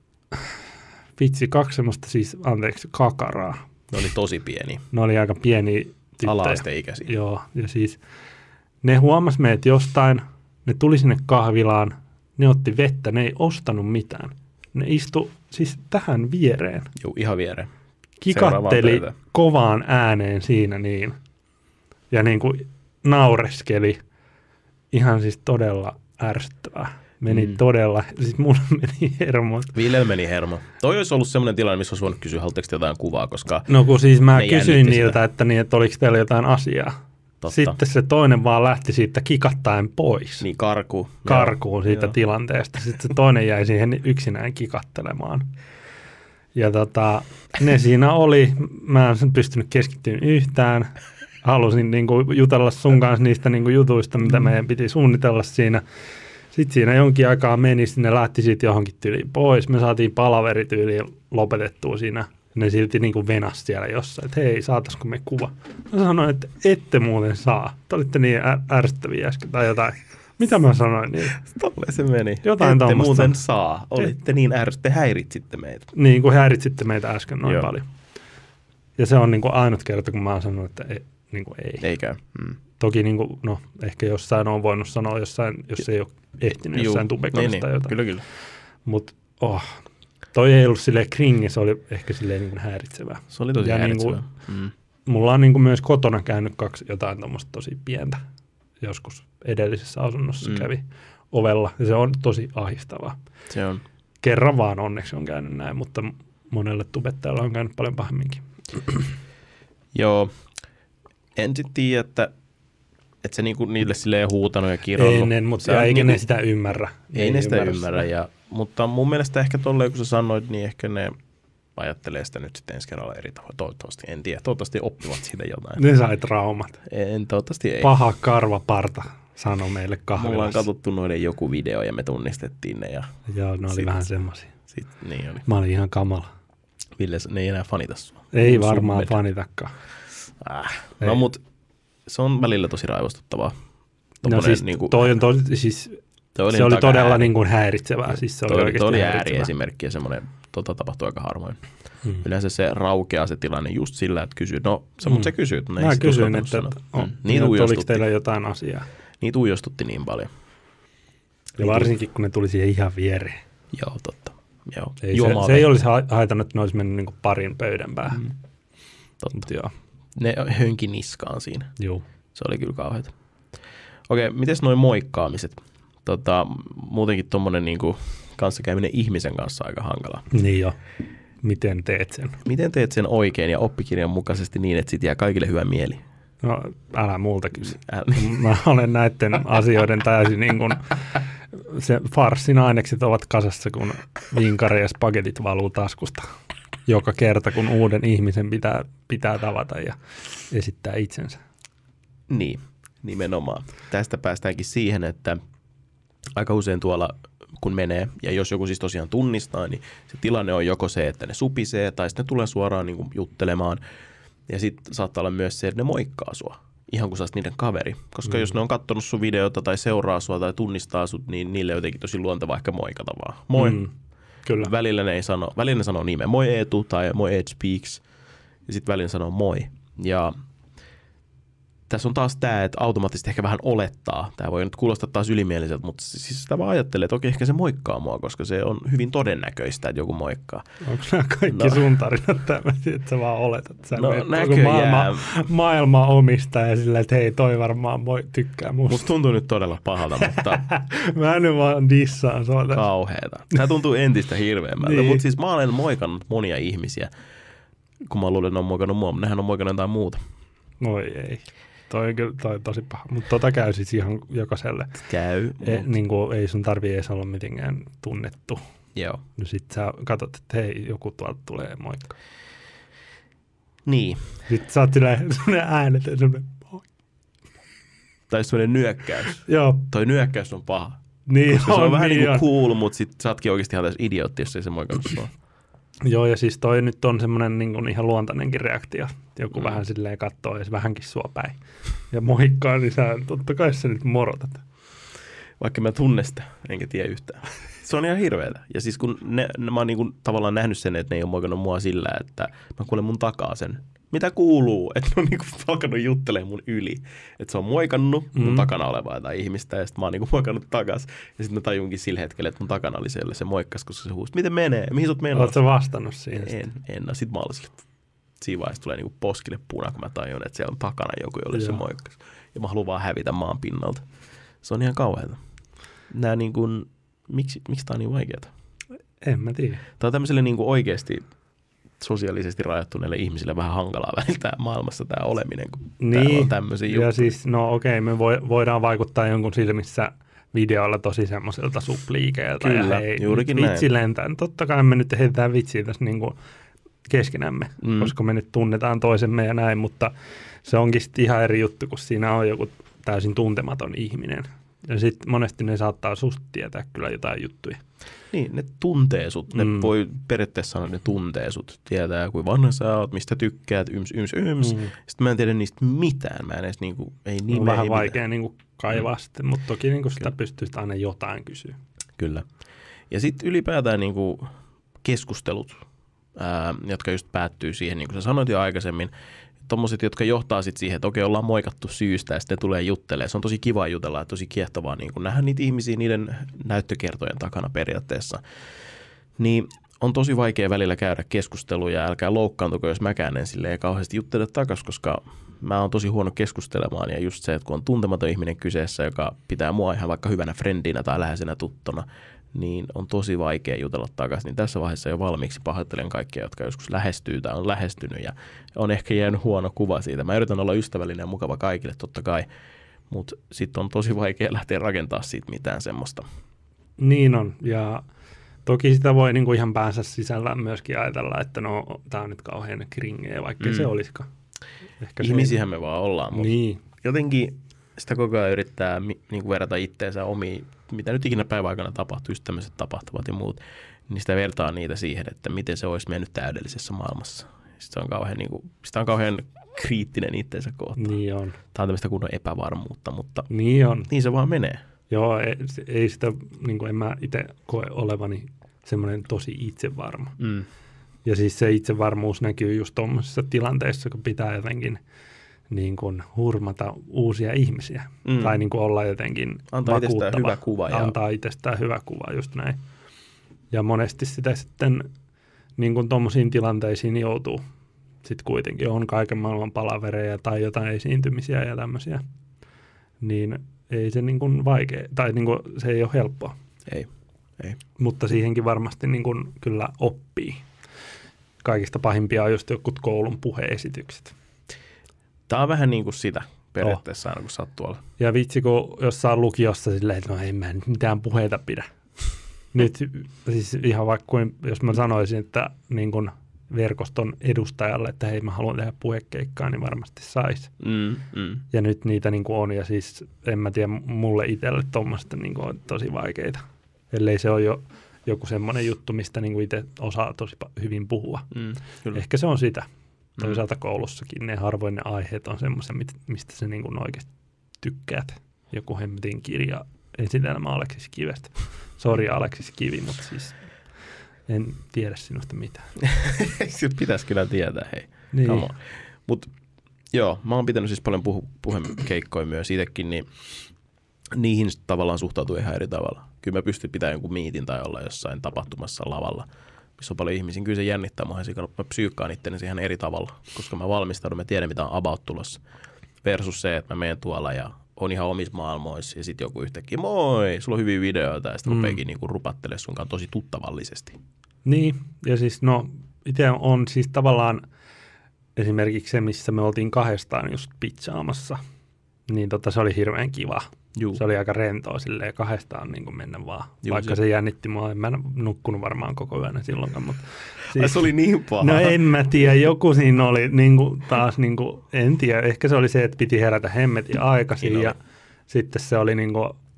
[SPEAKER 2] vitsi, kaksi semmoista siis, anteeksi, kakaraa.
[SPEAKER 1] Ne oli tosi pieni.
[SPEAKER 2] Ne oli aika pieniä tyttöjä.
[SPEAKER 1] Ala-asteikäisiä.
[SPEAKER 2] Joo, ja siis ne huomas meidät jostain, ne tuli sinne kahvilaan, ne otti vettä, ne ei ostanut mitään. Ne istu siis tähän viereen.
[SPEAKER 1] Joo, ihan viereen.
[SPEAKER 2] Kikatteli kovaan ääneen siinä niin. Ja niin kuin naureskeli. Ihan siis todella ärsyttävää. Meni mm. todella, siis mulla meni hermo.
[SPEAKER 1] Ville meni hermo. Toi olisi ollut semmoinen tilanne, missä olisi voinut kysyä, haluatteko jotain kuvaa, koska
[SPEAKER 2] no kun siis mä kysyin niiltä,
[SPEAKER 1] sitä.
[SPEAKER 2] että, niin, että oliko teillä jotain asiaa. Totta. Sitten se toinen vaan lähti siitä kikattaen pois.
[SPEAKER 1] Niin karkuun.
[SPEAKER 2] Karkuun siitä
[SPEAKER 1] joo.
[SPEAKER 2] tilanteesta. Sitten se toinen jäi siihen yksinään kikattelemaan. Ja tota, ne siinä oli. Mä en pystynyt keskittymään yhtään. Halusin niinku jutella sun kanssa niistä niinku jutuista, mitä meidän piti suunnitella siinä. Sitten siinä jonkin aikaa meni, ne lähti siitä johonkin tyyliin pois. Me saatiin palaverityyliin lopetettua siinä. Ne silti niin kuin venas siellä jossain, että hei, saataisiko me kuva? Mä sanoin, että ette muuten saa. Te olitte niin ärsyttäviä äsken tai jotain. Mitä mä sanoin niin?
[SPEAKER 1] Tolleen se meni.
[SPEAKER 2] Jotain
[SPEAKER 1] ette
[SPEAKER 2] tommoista.
[SPEAKER 1] muuten saa. Olitte niin ärsytte, häiritsitte meitä.
[SPEAKER 2] Niin kuin häiritsitte meitä äsken noin
[SPEAKER 1] Joo.
[SPEAKER 2] paljon. Ja se on niin kuin ainut kerta, kun mä oon sanonut, että ei. Niin kuin ei.
[SPEAKER 1] Eikä. Mm.
[SPEAKER 2] Toki niin kuin, no, ehkä jossain on voinut sanoa, jossain, jos ei ole ehtinyt jossain tubekoista
[SPEAKER 1] niin,
[SPEAKER 2] tai jotain.
[SPEAKER 1] Kyllä, kyllä.
[SPEAKER 2] Mutta oh, toi ei ollut silleen kringi, se oli ehkä silleen niin kuin häiritsevää.
[SPEAKER 1] Se oli tosi
[SPEAKER 2] ja
[SPEAKER 1] häiritsevää.
[SPEAKER 2] Niin kuin,
[SPEAKER 1] mm.
[SPEAKER 2] mulla on niin kuin myös kotona käynyt kaksi jotain tuommoista tosi pientä. Joskus edellisessä asunnossa mm. kävi ovella ja se on tosi ahdistavaa.
[SPEAKER 1] Se on.
[SPEAKER 2] Kerran vaan onneksi on käynyt näin, mutta monelle tubettajalle on käynyt paljon pahemminkin.
[SPEAKER 1] Joo. En sitten tiedä, että, että se niinku niille silleen huutanut ja kironnut.
[SPEAKER 2] Ennen, mutta ja eikä
[SPEAKER 1] niinku,
[SPEAKER 2] ne sitä ymmärrä.
[SPEAKER 1] Ei, ei ne sitä ymmärrä. Ja, mutta mun mielestä ehkä tolleen, kun sä sanoit, niin ehkä ne ajattelee sitä nyt sitten ensi kerralla eri tavoin. Toivottavasti, en tiedä. Toivottavasti oppivat siitä jotain.
[SPEAKER 2] Ne sai traumat.
[SPEAKER 1] En, toivottavasti ei.
[SPEAKER 2] Paha karvaparta sanoi meille kahvilassa.
[SPEAKER 1] Mulla on katsottu noiden joku video ja me tunnistettiin ne. Ja
[SPEAKER 2] joo, ne oli
[SPEAKER 1] sit,
[SPEAKER 2] vähän semmoisia.
[SPEAKER 1] Sit, niin oli.
[SPEAKER 2] Mä olin ihan kamala.
[SPEAKER 1] Ville, ne ei enää fanita sua.
[SPEAKER 2] Ei varmaan fanitakaan.
[SPEAKER 1] Äh. No mut se on välillä tosi raivostuttavaa.
[SPEAKER 2] No siis niinku, toi on tosi, siis toi se oli todella niin kuin häiritsevää. Siis se
[SPEAKER 1] toi,
[SPEAKER 2] oli oikeasti
[SPEAKER 1] toi oli
[SPEAKER 2] häiritsevää.
[SPEAKER 1] ääriesimerkki ja semmoinen, tota tapahtuu aika harvoin. Hmm. Yleensä se raukeaa se tilanne just sillä, että kysyy. No, sä, hmm. mutta sä kysyt.
[SPEAKER 2] Mä kysyin, että, että on, hmm. niin oliko teillä jotain asiaa.
[SPEAKER 1] Niitä uijostutti niin paljon.
[SPEAKER 2] Ja varsinkin, kun ne tuli siihen ihan viereen.
[SPEAKER 1] Joo, totta. Joo.
[SPEAKER 2] Ei, se, se ei olisi haitannut, että ne olisi mennyt niin kuin parin pöydän päähän. Hmm.
[SPEAKER 1] Totta. Joo. Ne hönki niskaan siinä.
[SPEAKER 2] Joo.
[SPEAKER 1] Se oli kyllä kauheata. Okei, mites noin moikkaamiset? Tota, muutenkin tommonen niinku kanssakäyminen ihmisen kanssa aika hankala.
[SPEAKER 2] Niin jo. Miten teet sen?
[SPEAKER 1] Miten teet sen oikein ja oppikirjan mukaisesti niin, että sit jää kaikille hyvä mieli?
[SPEAKER 2] No, älä multa kysy.
[SPEAKER 1] Älä.
[SPEAKER 2] Mä olen näiden asioiden täysin niin kuin, se farssin ainekset ovat kasassa, kun vinkari ja spagetit valuu taskusta. Joka kerta, kun uuden ihmisen pitää, pitää tavata ja esittää itsensä.
[SPEAKER 1] Niin, nimenomaan. Tästä päästäänkin siihen, että aika usein tuolla kun menee, ja jos joku siis tosiaan tunnistaa, niin se tilanne on joko se, että ne supisee, tai sitten ne tulee suoraan niin kuin juttelemaan, ja sitten saattaa olla myös se, että ne moikkaa sua, ihan kuin sä olisit niiden kaveri. Koska mm. jos ne on katsonut sun videota, tai seuraa sua, tai tunnistaa sut, niin niille on jotenkin tosi luontevaa ehkä moikata vaan. Moi. Mm.
[SPEAKER 2] Kyllä.
[SPEAKER 1] Välillä ne ei sano, välillä ne sanoo nimeä, moi Eetu, tai moi Ed Speaks, ja sitten välillä sanoo moi. Ja tässä on taas tämä, että automaattisesti ehkä vähän olettaa. Tämä voi nyt kuulostaa taas ylimieliseltä, mutta siis sitä vaan ajattelee, että okei, ehkä se moikkaa mua, koska se on hyvin todennäköistä, että joku moikkaa.
[SPEAKER 2] Onko nämä kaikki no. sun tarinat tämmöisiä, että sä vaan oletat? Sä
[SPEAKER 1] no näköjään.
[SPEAKER 2] Maailma, maailma omistaa ja sillä, että hei, toi varmaan moi, tykkää musta.
[SPEAKER 1] Musta tuntuu nyt todella pahalta, mutta
[SPEAKER 2] mä nyt vaan dissaan sua tässä.
[SPEAKER 1] Kauheeta. Tämä tuntuu entistä hirveämmältä, niin. Mutta siis mä olen moikannut monia ihmisiä, kun mä luulen, että ne on moikannut mua, mutta nehän on moikannut jotain muuta.
[SPEAKER 2] Voi ei. Toi on kyllä toi tosi paha, mutta tota käy siis ihan jokaiselle.
[SPEAKER 1] Käy.
[SPEAKER 2] E, niin kuin, ei sun tarvii edes olla mitenkään tunnettu.
[SPEAKER 1] Joo.
[SPEAKER 2] No sit sä katsot, että hei, joku tuolta tulee, moikka.
[SPEAKER 1] Niin.
[SPEAKER 2] Sitten sä oot sellainen äänet ja sellainen moi.
[SPEAKER 1] Tai sellainen nyökkäys.
[SPEAKER 2] Joo.
[SPEAKER 1] Toi nyökkäys on paha.
[SPEAKER 2] Niin
[SPEAKER 1] koska
[SPEAKER 2] on,
[SPEAKER 1] se on vähän
[SPEAKER 2] niin
[SPEAKER 1] niin kuin
[SPEAKER 2] on.
[SPEAKER 1] cool, mutta sit sä ootkin oikeasti ihan täys idiootti, jos ei se moikannut sua.
[SPEAKER 2] Joo, ja siis toi nyt on semmoinen niin kuin ihan luontainenkin reaktio. Joku
[SPEAKER 1] Mm.
[SPEAKER 2] vähän silleen katsoo edes vähänkin sua päin. Ja moikkaa, niin sä totta kai sä nyt morotat.
[SPEAKER 1] Vaikka mä tunne sitä, enkä tiedä yhtään. Se on ihan hirveetä. Ja siis kun ne, ne, mä oon niinku tavallaan nähnyt sen, että ne ei ole moikannut mua sillä, että mä kuulen mun takaa sen. Mitä kuuluu? Että ne on niinku alkanut juttelemaan mun yli. Että se on moikannut mun
[SPEAKER 2] Mm.
[SPEAKER 1] takana olevaa jotain ihmistä ja sitten mä oon niinku moikannut takas. Ja sitten mä tajunkin sillä hetkellä, että mun takana oli siellä se moikkas, koska se huusi, miten menee? Mihin sä oot menossa?
[SPEAKER 2] Oletko sä vastannut siihen?
[SPEAKER 1] En, en. No sit mä olin sille, että siinä vaiheessa tulee niinku poskille puna, kun mä tajun, että siellä on takana joku, jolle se
[SPEAKER 2] Joo.
[SPEAKER 1] moikkas. Ja mä haluan vaan hävitä maan pinnalta. Se on ihan kauheata. Nää niin kuin, miksi, miksi tää on niin vaikeaa?
[SPEAKER 2] En mä tiedä.
[SPEAKER 1] Tää on tämmöiselle niin kuin oikeasti sosiaalisesti rajoittuneille ihmisille vähän hankalaa välillä maailmassa tämä oleminen, kun
[SPEAKER 2] Niin,
[SPEAKER 1] täällä on tämmöisiä
[SPEAKER 2] ja
[SPEAKER 1] juttuja.
[SPEAKER 2] siis, no okei, me voi, voidaan vaikuttaa jonkun silmissä videoilla tosi semmoiselta supliikeeltä.
[SPEAKER 1] Kyllä,
[SPEAKER 2] ja hei,
[SPEAKER 1] juurikin
[SPEAKER 2] vitsi
[SPEAKER 1] näin.
[SPEAKER 2] lentää. Totta kai me nyt heitetään vitsiä tässä niin kuin keskenämme,
[SPEAKER 1] Mm.
[SPEAKER 2] koska me nyt tunnetaan toisemme ja näin, mutta se onkin sitten ihan eri juttu, kun siinä on joku täysin tuntematon ihminen. Ja sitten monesti ne saattaa susta tietää kyllä jotain juttuja.
[SPEAKER 1] Niin, ne tuntee sut. Ne
[SPEAKER 2] Mm.
[SPEAKER 1] voi periaatteessa sanoa, että ne tuntee sut. Tietää, kuin vanha sä oot, mistä tykkäät, yms, yms, yms.
[SPEAKER 2] Mm.
[SPEAKER 1] Sitten mä en tiedä niistä mitään. Mä en edes niinku, ei
[SPEAKER 2] On
[SPEAKER 1] nimeä,
[SPEAKER 2] vähän
[SPEAKER 1] ei
[SPEAKER 2] vaikea niin kuin kaivaa
[SPEAKER 1] Mm.
[SPEAKER 2] sitten, mutta toki niin kuin sitä
[SPEAKER 1] Kyllä.
[SPEAKER 2] pystyy sitä aina jotain kysyä.
[SPEAKER 1] Kyllä. Ja sitten ylipäätään niinku keskustelut, ää, jotka just päättyy siihen, niin kuin sä sanoit jo aikaisemmin, tommoset, jotka johtaa sitten siihen, että okei, ollaan moikattu syystä ja sitten ne tulee juttelemaan. Se on tosi kiva jutella ja tosi kiehtovaa niin kun nähdä niitä ihmisiä niiden näyttökertojen takana periaatteessa. Niin on tosi vaikea välillä käydä keskusteluja, älkää loukkaantuko, jos mäkään en silleen kauheasti juttele takas, koska mä oon tosi huono keskustelemaan ja just se, että kun on tuntematon ihminen kyseessä, joka pitää mua ihan vaikka hyvänä friendinä tai läheisenä tuttona, niin on tosi vaikea jutella takaisin. Niin tässä vaiheessa jo valmiiksi pahoittelen kaikkia, jotka joskus lähestyy tai on lähestynyt ja on ehkä jäänyt huono kuva siitä. Mä yritän olla ystävällinen ja mukava kaikille totta kai, mutta sitten on tosi vaikea lähteä rakentamaan siitä mitään semmoista.
[SPEAKER 2] Niin on, ja toki sitä voi niinku ihan päänsä sisällä myöskin ajatella, että no, tää on nyt kauhean kringeä, vaikka
[SPEAKER 1] Mm.
[SPEAKER 2] se olisikaan. Ehkä se-
[SPEAKER 1] Ihmisiähän me vaan ollaan, mutta
[SPEAKER 2] Niin,
[SPEAKER 1] jotenkin sitä koko ajan yrittää mi- niin kuin verrata itteensä omiin, mitä nyt ikinä päivän aikana tapahtuu, just tämmöiset tapahtumat ja muut, niin sitä vertaa niitä siihen, että miten se olisi mennyt täydellisessä maailmassa. Sitten se on kauhean, niin kuin, sitä on kauhean kriittinen itteensä kohtaan.
[SPEAKER 2] niin on.
[SPEAKER 1] Tämä on tämmöistä kunnon epävarmuutta, mutta
[SPEAKER 2] Niin on.
[SPEAKER 1] niin se vaan menee.
[SPEAKER 2] Joo, ei, se- ei sitä, niin kuin en mä itse koe olevani semmoinen tosi itsevarma.
[SPEAKER 1] Mm.
[SPEAKER 2] Ja siis se itsevarmuus näkyy just tuommoisissa tilanteissa, kun pitää jotenkin niin kuin hurmata uusia ihmisiä.
[SPEAKER 1] Mm.
[SPEAKER 2] Tai niin kuin olla jotenkin
[SPEAKER 1] Antaa itsestään
[SPEAKER 2] vakuuttava.
[SPEAKER 1] hyvä kuva ja-
[SPEAKER 2] Antaa itsestään hyvä kuva, just näin. Ja monesti sitä sitten niin kuin tuommoisiin tilanteisiin joutuu. Sitten kuitenkin on kaiken maailman palavereja tai jotain esiintymisiä ja tämmöisiä. Niin ei se niin kuin vaikea, tai niin kuin se ei ole helppoa.
[SPEAKER 1] Ei, ei.
[SPEAKER 2] Mutta siihenkin varmasti niin kuin kyllä oppii. Kaikista pahimpia on just jotkut koulun puheesitykset.
[SPEAKER 1] Tämä on vähän niin kuin sitä periaatteessa aina, kun sä oot tuolla.
[SPEAKER 2] Ja vitsi, kun jossain lukiossa silleen, että no en mä nyt mitään puheita pidä. Nyt siis ihan vaikka kuin, jos mä sanoisin, että niin kuin verkoston edustajalle, että hei mä haluan tehdä puhekeikkaa, niin varmasti saisi.
[SPEAKER 1] Mm, mm.
[SPEAKER 2] Ja nyt niitä niin kuin on, ja siis en mä tiedä, mulle itselle tuommoista niin kuin on tosi vaikeita. Ellei se ole jo joku semmoinen juttu, mistä niin kuin itse osaa tosi pa- hyvin puhua.
[SPEAKER 1] Mm, kyllä.
[SPEAKER 2] Ehkä se on sitä. Toisaalta koulussakin ne harvoin ne aiheet on semmoisia, mistä sä niin kuin oikeasti tykkäät. Joku hemmetin kirja esitelmä Aleksis Kivestä. Sori Aleksis Kivi, mutta siis en tiedä sinusta mitään.
[SPEAKER 1] Sitten pitäisi kyllä tietää, hei.
[SPEAKER 2] Niin.
[SPEAKER 1] Come on. Mut joo, mä oon pitänyt siis paljon puhu, puhekeikkoja myös itsekin, niin niihin tavallaan suhtautuu ihan eri tavalla. Kyllä mä pystyn pitämään jonkun miitin tai olla jossain tapahtumassa lavalla, missä on paljon ihmisiä. Kyllä se jännittää mua, mä psyykkaan itteni ihan eri tavalla, koska mä valmistaudun, mä tiedän mitä on about tulossa. Versus se, että mä menen tuolla ja on ihan omissa maailmoissa ja sitten joku yhtäkkiä, moi, sulla on hyviä videoita ja sitten
[SPEAKER 2] Mm.
[SPEAKER 1] rupeekin niinku rupattelemaan sunkaan tosi tuttavallisesti.
[SPEAKER 2] Niin, ja siis no itse on siis tavallaan esimerkiksi se, missä me oltiin kahdestaan just pitchaamassa, niin tota se oli hirveän kiva.
[SPEAKER 1] Juu.
[SPEAKER 2] Se oli aika rentoa silleen kahdestaan niin kuin mennä vaan.
[SPEAKER 1] Juu,
[SPEAKER 2] Vaikka
[SPEAKER 1] se-
[SPEAKER 2] se jännitti mua, en mä nukkunut varmaan koko yönä silloinkaan. Mutta
[SPEAKER 1] Ai se oli niin paha.
[SPEAKER 2] No en mä tiedä, joku siinä oli niin kuin, taas, niin kuin, en tiedä, ehkä se oli se, että piti herätä hemmetin aikaisin
[SPEAKER 1] Niin
[SPEAKER 2] ja
[SPEAKER 1] oli.
[SPEAKER 2] sitten se oli niin kuin,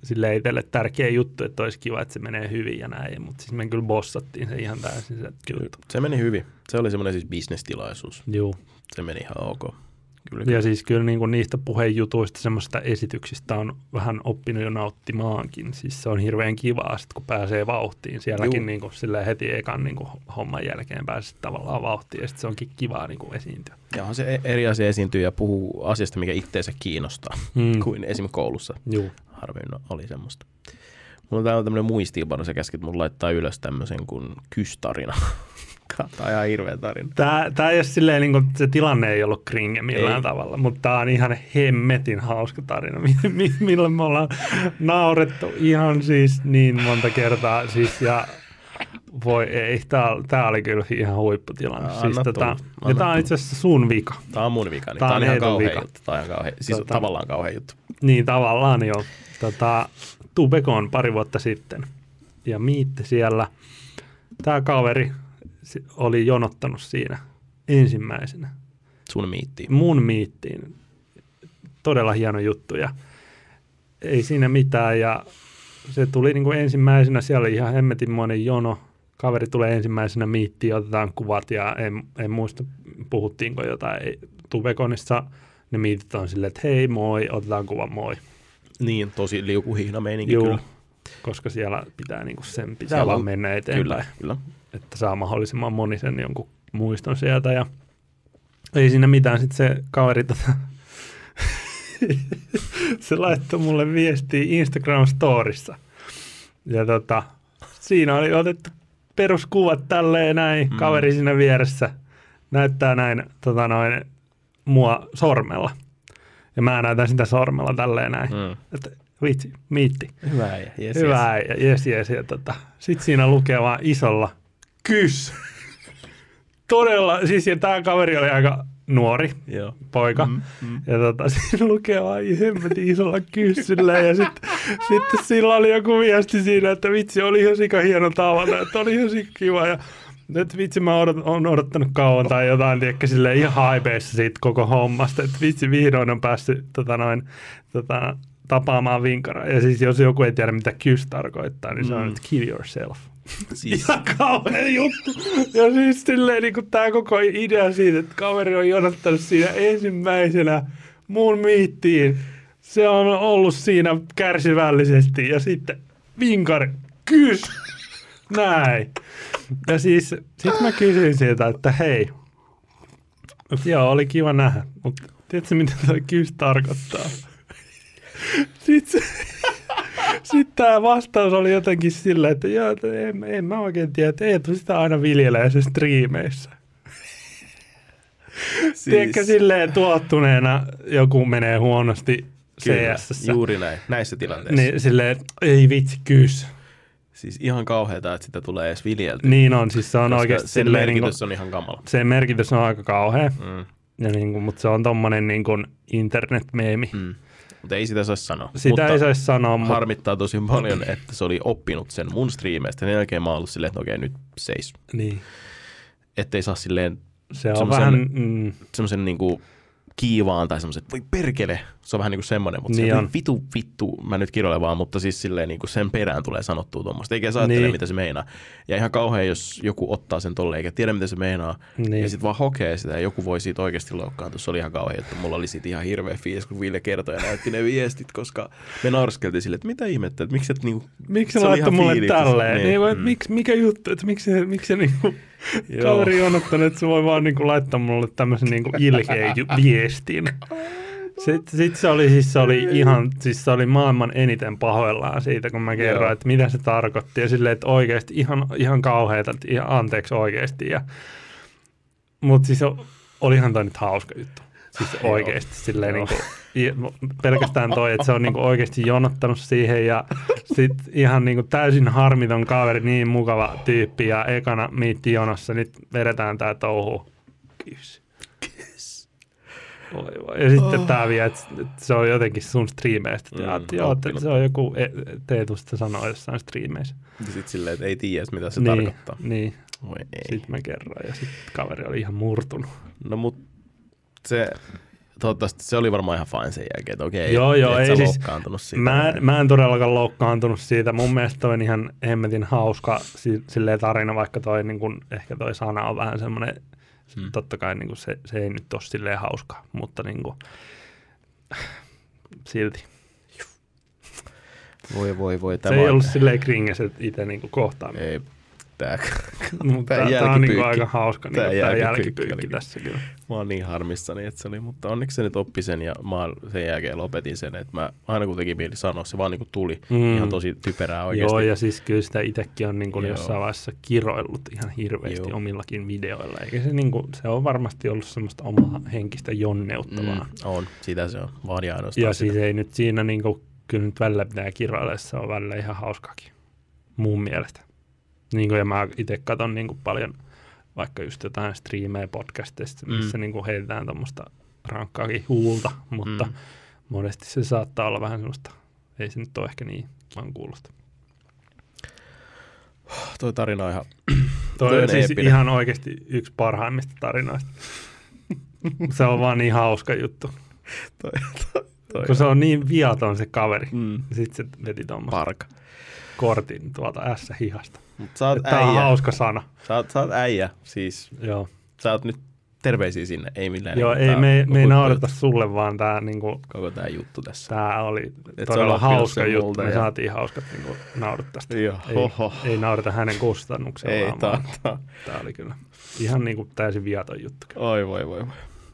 [SPEAKER 2] silleen itselle tärkeä juttu, että olisi kiva, että se menee hyvin ja näin, mutta siis me kyllä bossattiin se ihan täysin se juttu.
[SPEAKER 1] Se meni hyvin. Se oli semmoinen siis bisnestilaisuus.
[SPEAKER 2] Joo.
[SPEAKER 1] Se meni ihan ok. Kyllä,
[SPEAKER 2] ja
[SPEAKER 1] kyllä.
[SPEAKER 2] siis kyllä niin kuin niistä puheenjutuista, semmoista esityksistä on vähän oppinut jo nauttimaankin. Siis se on hirveän kivaa, sit kun pääsee vauhtiin. Sielläkin niin kuin, silleen heti ekan niin kuin, homman jälkeen pääsee tavallaan vauhtiin ja sitten se onkin kivaa niin kuin esiintyä.
[SPEAKER 1] Ja on se eri asia esiintyä ja puhuu asiasta, mikä itteensä kiinnostaa,
[SPEAKER 2] Hmm.
[SPEAKER 1] kuin esim. Koulussa.
[SPEAKER 2] Joo.
[SPEAKER 1] Harvemmin oli semmoista. Mulla on täällä tämmöinen muistiinpano, sä käskit mun laittaa ylös tämmöisen kuin kystarina. Tämä on ihan hirveä tarina.
[SPEAKER 2] Tämä, tämä ei ole silleen, niin kuin, se tilanne ei ollut kringe millään
[SPEAKER 1] ei.
[SPEAKER 2] tavalla, mutta tämä on ihan hemmetin hauska tarina, millä me ollaan naurettu ihan siis niin monta kertaa. Siis, ja voi ei, tämä, tämä oli kyllä ihan huipputilanne.
[SPEAKER 1] Anna
[SPEAKER 2] Siis,
[SPEAKER 1] tulla,
[SPEAKER 2] tota,
[SPEAKER 1] anna
[SPEAKER 2] ja tämä on itse asiassa sun vika.
[SPEAKER 1] Tämä on mun vika. Niin
[SPEAKER 2] Tämä
[SPEAKER 1] tämä
[SPEAKER 2] on
[SPEAKER 1] on ihan
[SPEAKER 2] Eeton
[SPEAKER 1] kauhea
[SPEAKER 2] vika.
[SPEAKER 1] juttu. Tämä on ihan kauhea, siis
[SPEAKER 2] Tota-
[SPEAKER 1] tavallaan kauhea juttu.
[SPEAKER 2] Niin tavallaan joo. Tota, Tubekoon pari vuotta sitten ja Miitte siellä. Tämä kaveri oli jonottanut siinä ensimmäisenä.
[SPEAKER 1] Sun miittiin.
[SPEAKER 2] Mun miittiin. Todella hieno juttu ja ei siinä mitään ja se tuli niin kuin ensimmäisenä, siellä oli ihan hemmetinmoinen jono. Kaveri tulee ensimmäisenä miittiin, otetaan kuvat ja en, en muista puhuttiinko jotain. Tubekonissa ne miitit on silleen, että hei moi, otetaan kuva moi.
[SPEAKER 1] Niin, tosi liukuhihna meininki
[SPEAKER 2] Joo,
[SPEAKER 1] kyllä.
[SPEAKER 2] koska siellä pitää niinku sen pitää
[SPEAKER 1] Siellä
[SPEAKER 2] vaan
[SPEAKER 1] on-
[SPEAKER 2] mennä eteenpäin,
[SPEAKER 1] Kyllä, kyllä.
[SPEAKER 2] että saa mahdollisimman moni sen jonkun muiston sieltä ja ei siinä mitään. Sitten se kaveri tota, se laittoi mulle viestiä Instagram-storissa ja tota, siinä oli otettu peruskuvat tälleen näin,
[SPEAKER 1] Mm.
[SPEAKER 2] kaveri siinä vieressä näyttää näin tota noin mua sormella ja mä näytän sitä sormella tälleen näin,
[SPEAKER 1] Mm.
[SPEAKER 2] että vitsi, miitti.
[SPEAKER 1] Hyvä äijä. Yes,
[SPEAKER 2] Hyvä,
[SPEAKER 1] yes.
[SPEAKER 2] ja jes, jes, ja tota, sit siinä lukee vaan isolla kys. Todella, siis ja tää kaveri oli aika nuori
[SPEAKER 1] Joo.
[SPEAKER 2] poika,
[SPEAKER 1] Mm, mm.
[SPEAKER 2] ja tota, siinä lukee vaan hemmetin isolla kyssyllä, ja sit, sitten sillä oli joku viesti siinä, että vitsi, oli ihan sika hieno tavata, että oli ihan sika kiva, ja että vitsi, mä odot, on odottanut kauan tai jotain, tiedäkö, silleen ihan haipeissa siitä koko hommasta, että vitsi, vihdoin on päässyt tota noin, tota, tapaamaan vinkaraa. Ja siis jos joku ei tiedä, mitä kys tarkoittaa, niin se on,
[SPEAKER 1] Mm.
[SPEAKER 2] että kill yourself.
[SPEAKER 1] Siis,
[SPEAKER 2] Ihan kauhea juttu. Ja siis silleen niin tämä koko idea siitä, että kaveri on jonottanut siinä ensimmäisenä mun miittiin. Se on ollut siinä kärsivällisesti ja sitten vinkari, kys, näin. Ja siis sit mä kysyin sieltä, että hei, mutta joo, oli kiva nähdä, mutta tiedätkö mitä toi kys tarkoittaa? Sitten Sitten tämä vastaus oli jotenkin silleen, että joo, että en, en mä oikein tiedä, että Eetu sitä aina viljelee se striimeissä. Siis. Tiedätkö, silleen tuottuneena joku menee huonosti
[SPEAKER 1] kyllä,
[SPEAKER 2] C S:ssä.
[SPEAKER 1] juuri näin. Näissä tilanteissa.
[SPEAKER 2] Niin silleen, ei vitsi, kys.
[SPEAKER 1] Siis ihan kauheata, että sitä tulee edes viljeltyä.
[SPEAKER 2] Niin on, siis se on
[SPEAKER 1] Koska
[SPEAKER 2] oikeasti
[SPEAKER 1] sen
[SPEAKER 2] silleen,
[SPEAKER 1] merkitys
[SPEAKER 2] niin
[SPEAKER 1] on ihan kamala.
[SPEAKER 2] se merkitys on aika kauhea,
[SPEAKER 1] Mm.
[SPEAKER 2] ja niin kuin, mutta se on tommonen niin kuin internet-meemi.
[SPEAKER 1] Mm. Mutta ei sitä saisi sanoa.
[SPEAKER 2] Sitä
[SPEAKER 1] mutta
[SPEAKER 2] ei saisi sanoa, mutta
[SPEAKER 1] harmittaa tosi paljon, että se oli oppinut sen mun striimeistä. Sen jälkeen mä oon ollut silleen, että okei, nyt seis.
[SPEAKER 2] niin.
[SPEAKER 1] Ettei saa silleen
[SPEAKER 2] Se on
[SPEAKER 1] Semmosen-
[SPEAKER 2] vähän, mm,
[SPEAKER 1] semmoisen niinku kiivaan tai semmoisen, että voi perkele, se on vähän niinku semmoinen, mutta
[SPEAKER 2] Niin
[SPEAKER 1] se
[SPEAKER 2] on.
[SPEAKER 1] on vitu, vittu, mä nyt kiroilen vaan, mutta siis silleen niinku sen perään tulee sanottua tuommoista, eikä saa ajattele,
[SPEAKER 2] Niin.
[SPEAKER 1] mitä se meinaa. Ja ihan kauhean, jos joku ottaa sen tolleen, eikä tiedä, mitä se meinaa,
[SPEAKER 2] niin.
[SPEAKER 1] ja sitten vaan hokee sitä, ja joku voi siitä oikeasti loukkaantua. Se oli ihan kauhean, että mulla oli siitä ihan hirveä fiilis, kun Ville kertoi ja näytti ne viestit, koska me naurskeltiin silleen, että mitä ihmettä, että miksi et niinku,
[SPEAKER 2] Miksi se
[SPEAKER 1] se oli
[SPEAKER 2] laittoi
[SPEAKER 1] ihan
[SPEAKER 2] mulle
[SPEAKER 1] fiiliksissä.
[SPEAKER 2] tälleen?
[SPEAKER 1] Niin,
[SPEAKER 2] Niin, niin,
[SPEAKER 1] mm.
[SPEAKER 2] miksi, mikä juttu, että miksi, se- miksi se niinku,
[SPEAKER 1] Joo.
[SPEAKER 2] kaveri on ottanut, että se voi vaan niinku laittaa mulle tämmöisen niinku ilkeä ju- viestin. Sitten sit se oli, siis se oli ihan, siis se oli maailman eniten pahoillaan siitä, kun mä kerroin,
[SPEAKER 1] Joo.
[SPEAKER 2] että mitä se tarkoitti. Ja silleen, että oikeasti ihan, ihan kauheata, että ihan anteeksi oikeasti. Ja, mutta siis o- olihan toi nyt hauska juttu. Siis
[SPEAKER 1] Joo.
[SPEAKER 2] oikeasti silleen
[SPEAKER 1] Joo.
[SPEAKER 2] niinku, i- pelkästään toi, että se on niinku oikeasti jonottanut siihen ja sit ihan niinku täysin harmiton kaveri, niin mukava tyyppi ja ekana miitti jonossa, nyt vedetään tää touhu. Kiitos. Oi, voi. Ja sitten
[SPEAKER 1] Oh.
[SPEAKER 2] tää vielä, että että se on jotenkin sun striimeistä.
[SPEAKER 1] Mm,
[SPEAKER 2] Mm, että joo, että
[SPEAKER 1] oppinut.
[SPEAKER 2] se on joku e- Teetu sitä sanoo jossain striimeissä.
[SPEAKER 1] ja sitten silleen, että ei tiedä, mitä se
[SPEAKER 2] niin,
[SPEAKER 1] tarkoittaa.
[SPEAKER 2] niin.
[SPEAKER 1] Voi ei.
[SPEAKER 2] Sitten mä kerroin ja sitten kaveri oli ihan murtunut.
[SPEAKER 1] No mut se toivottavasti se oli varmaan ihan fine sen jälkeen, että okei,
[SPEAKER 2] joo, joo,
[SPEAKER 1] et
[SPEAKER 2] ei
[SPEAKER 1] sä
[SPEAKER 2] siis,
[SPEAKER 1] loukkaantunut siitä.
[SPEAKER 2] Mä, mä en todellakaan loukkaantunut siitä. Mun mielestä toi on ihan hemmetin hauska si, silleen tarina, vaikka toi niin kun, ehkä toi sana on vähän semmoinen, hmm. totta kai niin kun se, se ei nyt ole silleen hauska, mutta niin kun, silti.
[SPEAKER 1] Voi, voi, voi.
[SPEAKER 2] Se ei ollut silleen kringes itse niin kohtaan.
[SPEAKER 1] Ei. Tää,
[SPEAKER 2] mutta tää, tää on niinku aika hauska, niin tää jälkipyykki, jälkipyykki tässä kyllä.
[SPEAKER 1] Mä oon niin harmissani, että se oli, mutta onneksi se nyt oppi sen ja mä sen jälkeen lopetin sen, että mä aina kun teki mieli sanoa, se vaan niinku tuli mm. ihan tosi typerää oikeasti.
[SPEAKER 2] Joo, ja siis kyllä sitä itsekin on niinku jossain vaiheessa kiroillut ihan hirveästi Joo. omillakin videoilla, eikä se niinku, se on varmasti ollut semmoista omaa henkistä jonneuttavaa.
[SPEAKER 1] Mm, on, sitä se on, vaan ja ainoastaan
[SPEAKER 2] Ja
[SPEAKER 1] sitä.
[SPEAKER 2] Siis ei nyt siinä niinku, kyllä nyt välillä pitää kiroilla, se on välillä ihan hauskakin, mun mielestä. Niin kuin, ja mä itse katson niin kuin paljon vaikka just jotain striimejä podcasteista, missä mm. niin kuin heitetään tuommoista rankkaakin huulta, mutta mm. monesti se saattaa olla vähän semmoista, ei se nyt ole ehkä niin vaan kuulosta.
[SPEAKER 1] Toi tarina on ihan,
[SPEAKER 2] toi toi on siis eeppinen. Ihan oikeasti yksi parhaimmista tarinoista. Se on vaan niin hauska juttu.
[SPEAKER 1] toi, toi, toi
[SPEAKER 2] Kun se on niin viaton se kaveri,
[SPEAKER 1] mm.
[SPEAKER 2] sitten se veti tuommoista
[SPEAKER 1] Parka.
[SPEAKER 2] kortin tuolta ässä-hihasta.
[SPEAKER 1] Tämä
[SPEAKER 2] on hauska sana.
[SPEAKER 1] Sä oot, sä oot äijä, siis
[SPEAKER 2] Joo.
[SPEAKER 1] Sä oot nyt terveisiä sinne, ei millään.
[SPEAKER 2] Joo,
[SPEAKER 1] niin,
[SPEAKER 2] ei, me, me ei naurata sulle, vaan tää niinku...
[SPEAKER 1] Koko tää juttu tässä.
[SPEAKER 2] Tää oli et todella hauska juttu, me ja... saatiin hauskat niinku naurut tästä.
[SPEAKER 1] Joo,
[SPEAKER 2] ei, ei naurata hänen kustannuksellaan,
[SPEAKER 1] ei, tää,
[SPEAKER 2] tää. tää oli kyllä ihan niinku täysin viaton juttu.
[SPEAKER 1] Oi voi voi voi.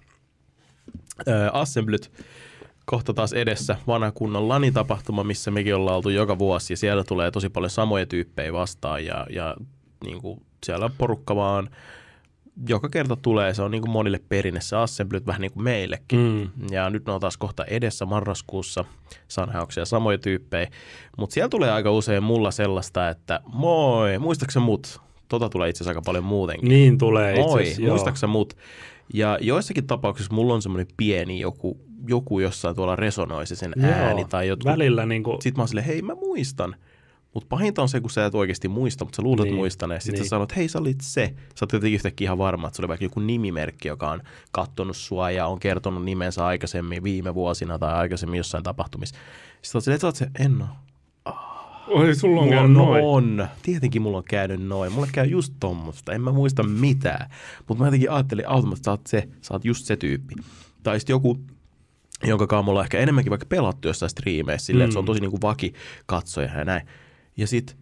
[SPEAKER 1] Ö, Assemblyt. Kohta taas edessä vanha kunnon LAN-tapahtuma, missä mekin ollaan oltu joka vuosi, ja siellä tulee tosi paljon samoja tyyppejä vastaan, ja, ja niin kuin siellä porukka vaan joka kerta tulee, se on niin kuin monille perinne se Assemblyt, vähän niin kuin meillekin. Mm. Ja nyt ne on taas kohta edessä marraskuussa, sanhauksia samoja tyyppejä, mutta siellä tulee aika usein mulla sellaista, että moi, muistaaksä mut? Tota tulee itse asiassa aika paljon muutenkin.
[SPEAKER 2] Niin tulee itse asiassa,
[SPEAKER 1] Moi, muistaaksä mut? Ja joissakin tapauksissa mulla on semmoinen pieni joku, joku jossain tuolla resonoi se sen
[SPEAKER 2] Joo,
[SPEAKER 1] ääni tai jotkut.
[SPEAKER 2] Välillä niin kuin...
[SPEAKER 1] Sitten mä oon silleen, hei mä muistan. Mutta pahinta on se, kun sä et oikeasti muista, mutta sä luulet niin, muistaneen. Sitten niin. Sä sanot, hei sä olit se. Sä oot jotenkin yhtäkkiä ihan varma, että se oli vaikka joku nimimerkki, joka on kattonut sua ja on kertonut nimensä aikaisemmin viime vuosina tai aikaisemmin jossain tapahtumissa. Sitten oot silleen, että sä oot se, en oo.
[SPEAKER 2] Oi, sulla on
[SPEAKER 1] mulla
[SPEAKER 2] käynyt noin.
[SPEAKER 1] On. Tietenkin mulla on käynyt noin. Mulla käy just tommoista. En mä muista mitään. Mutta mä jotenkin ajattelin automaattisesti, että sä oot se. Sä oot just se tyyppi. Tai sitten joku, jonka kanssa mulla on ehkä enemmänkin vaikka pelattu jossain striimeissä silleen, mm. että se on tosi niinku vakikatsoja ja näin. Ja sit,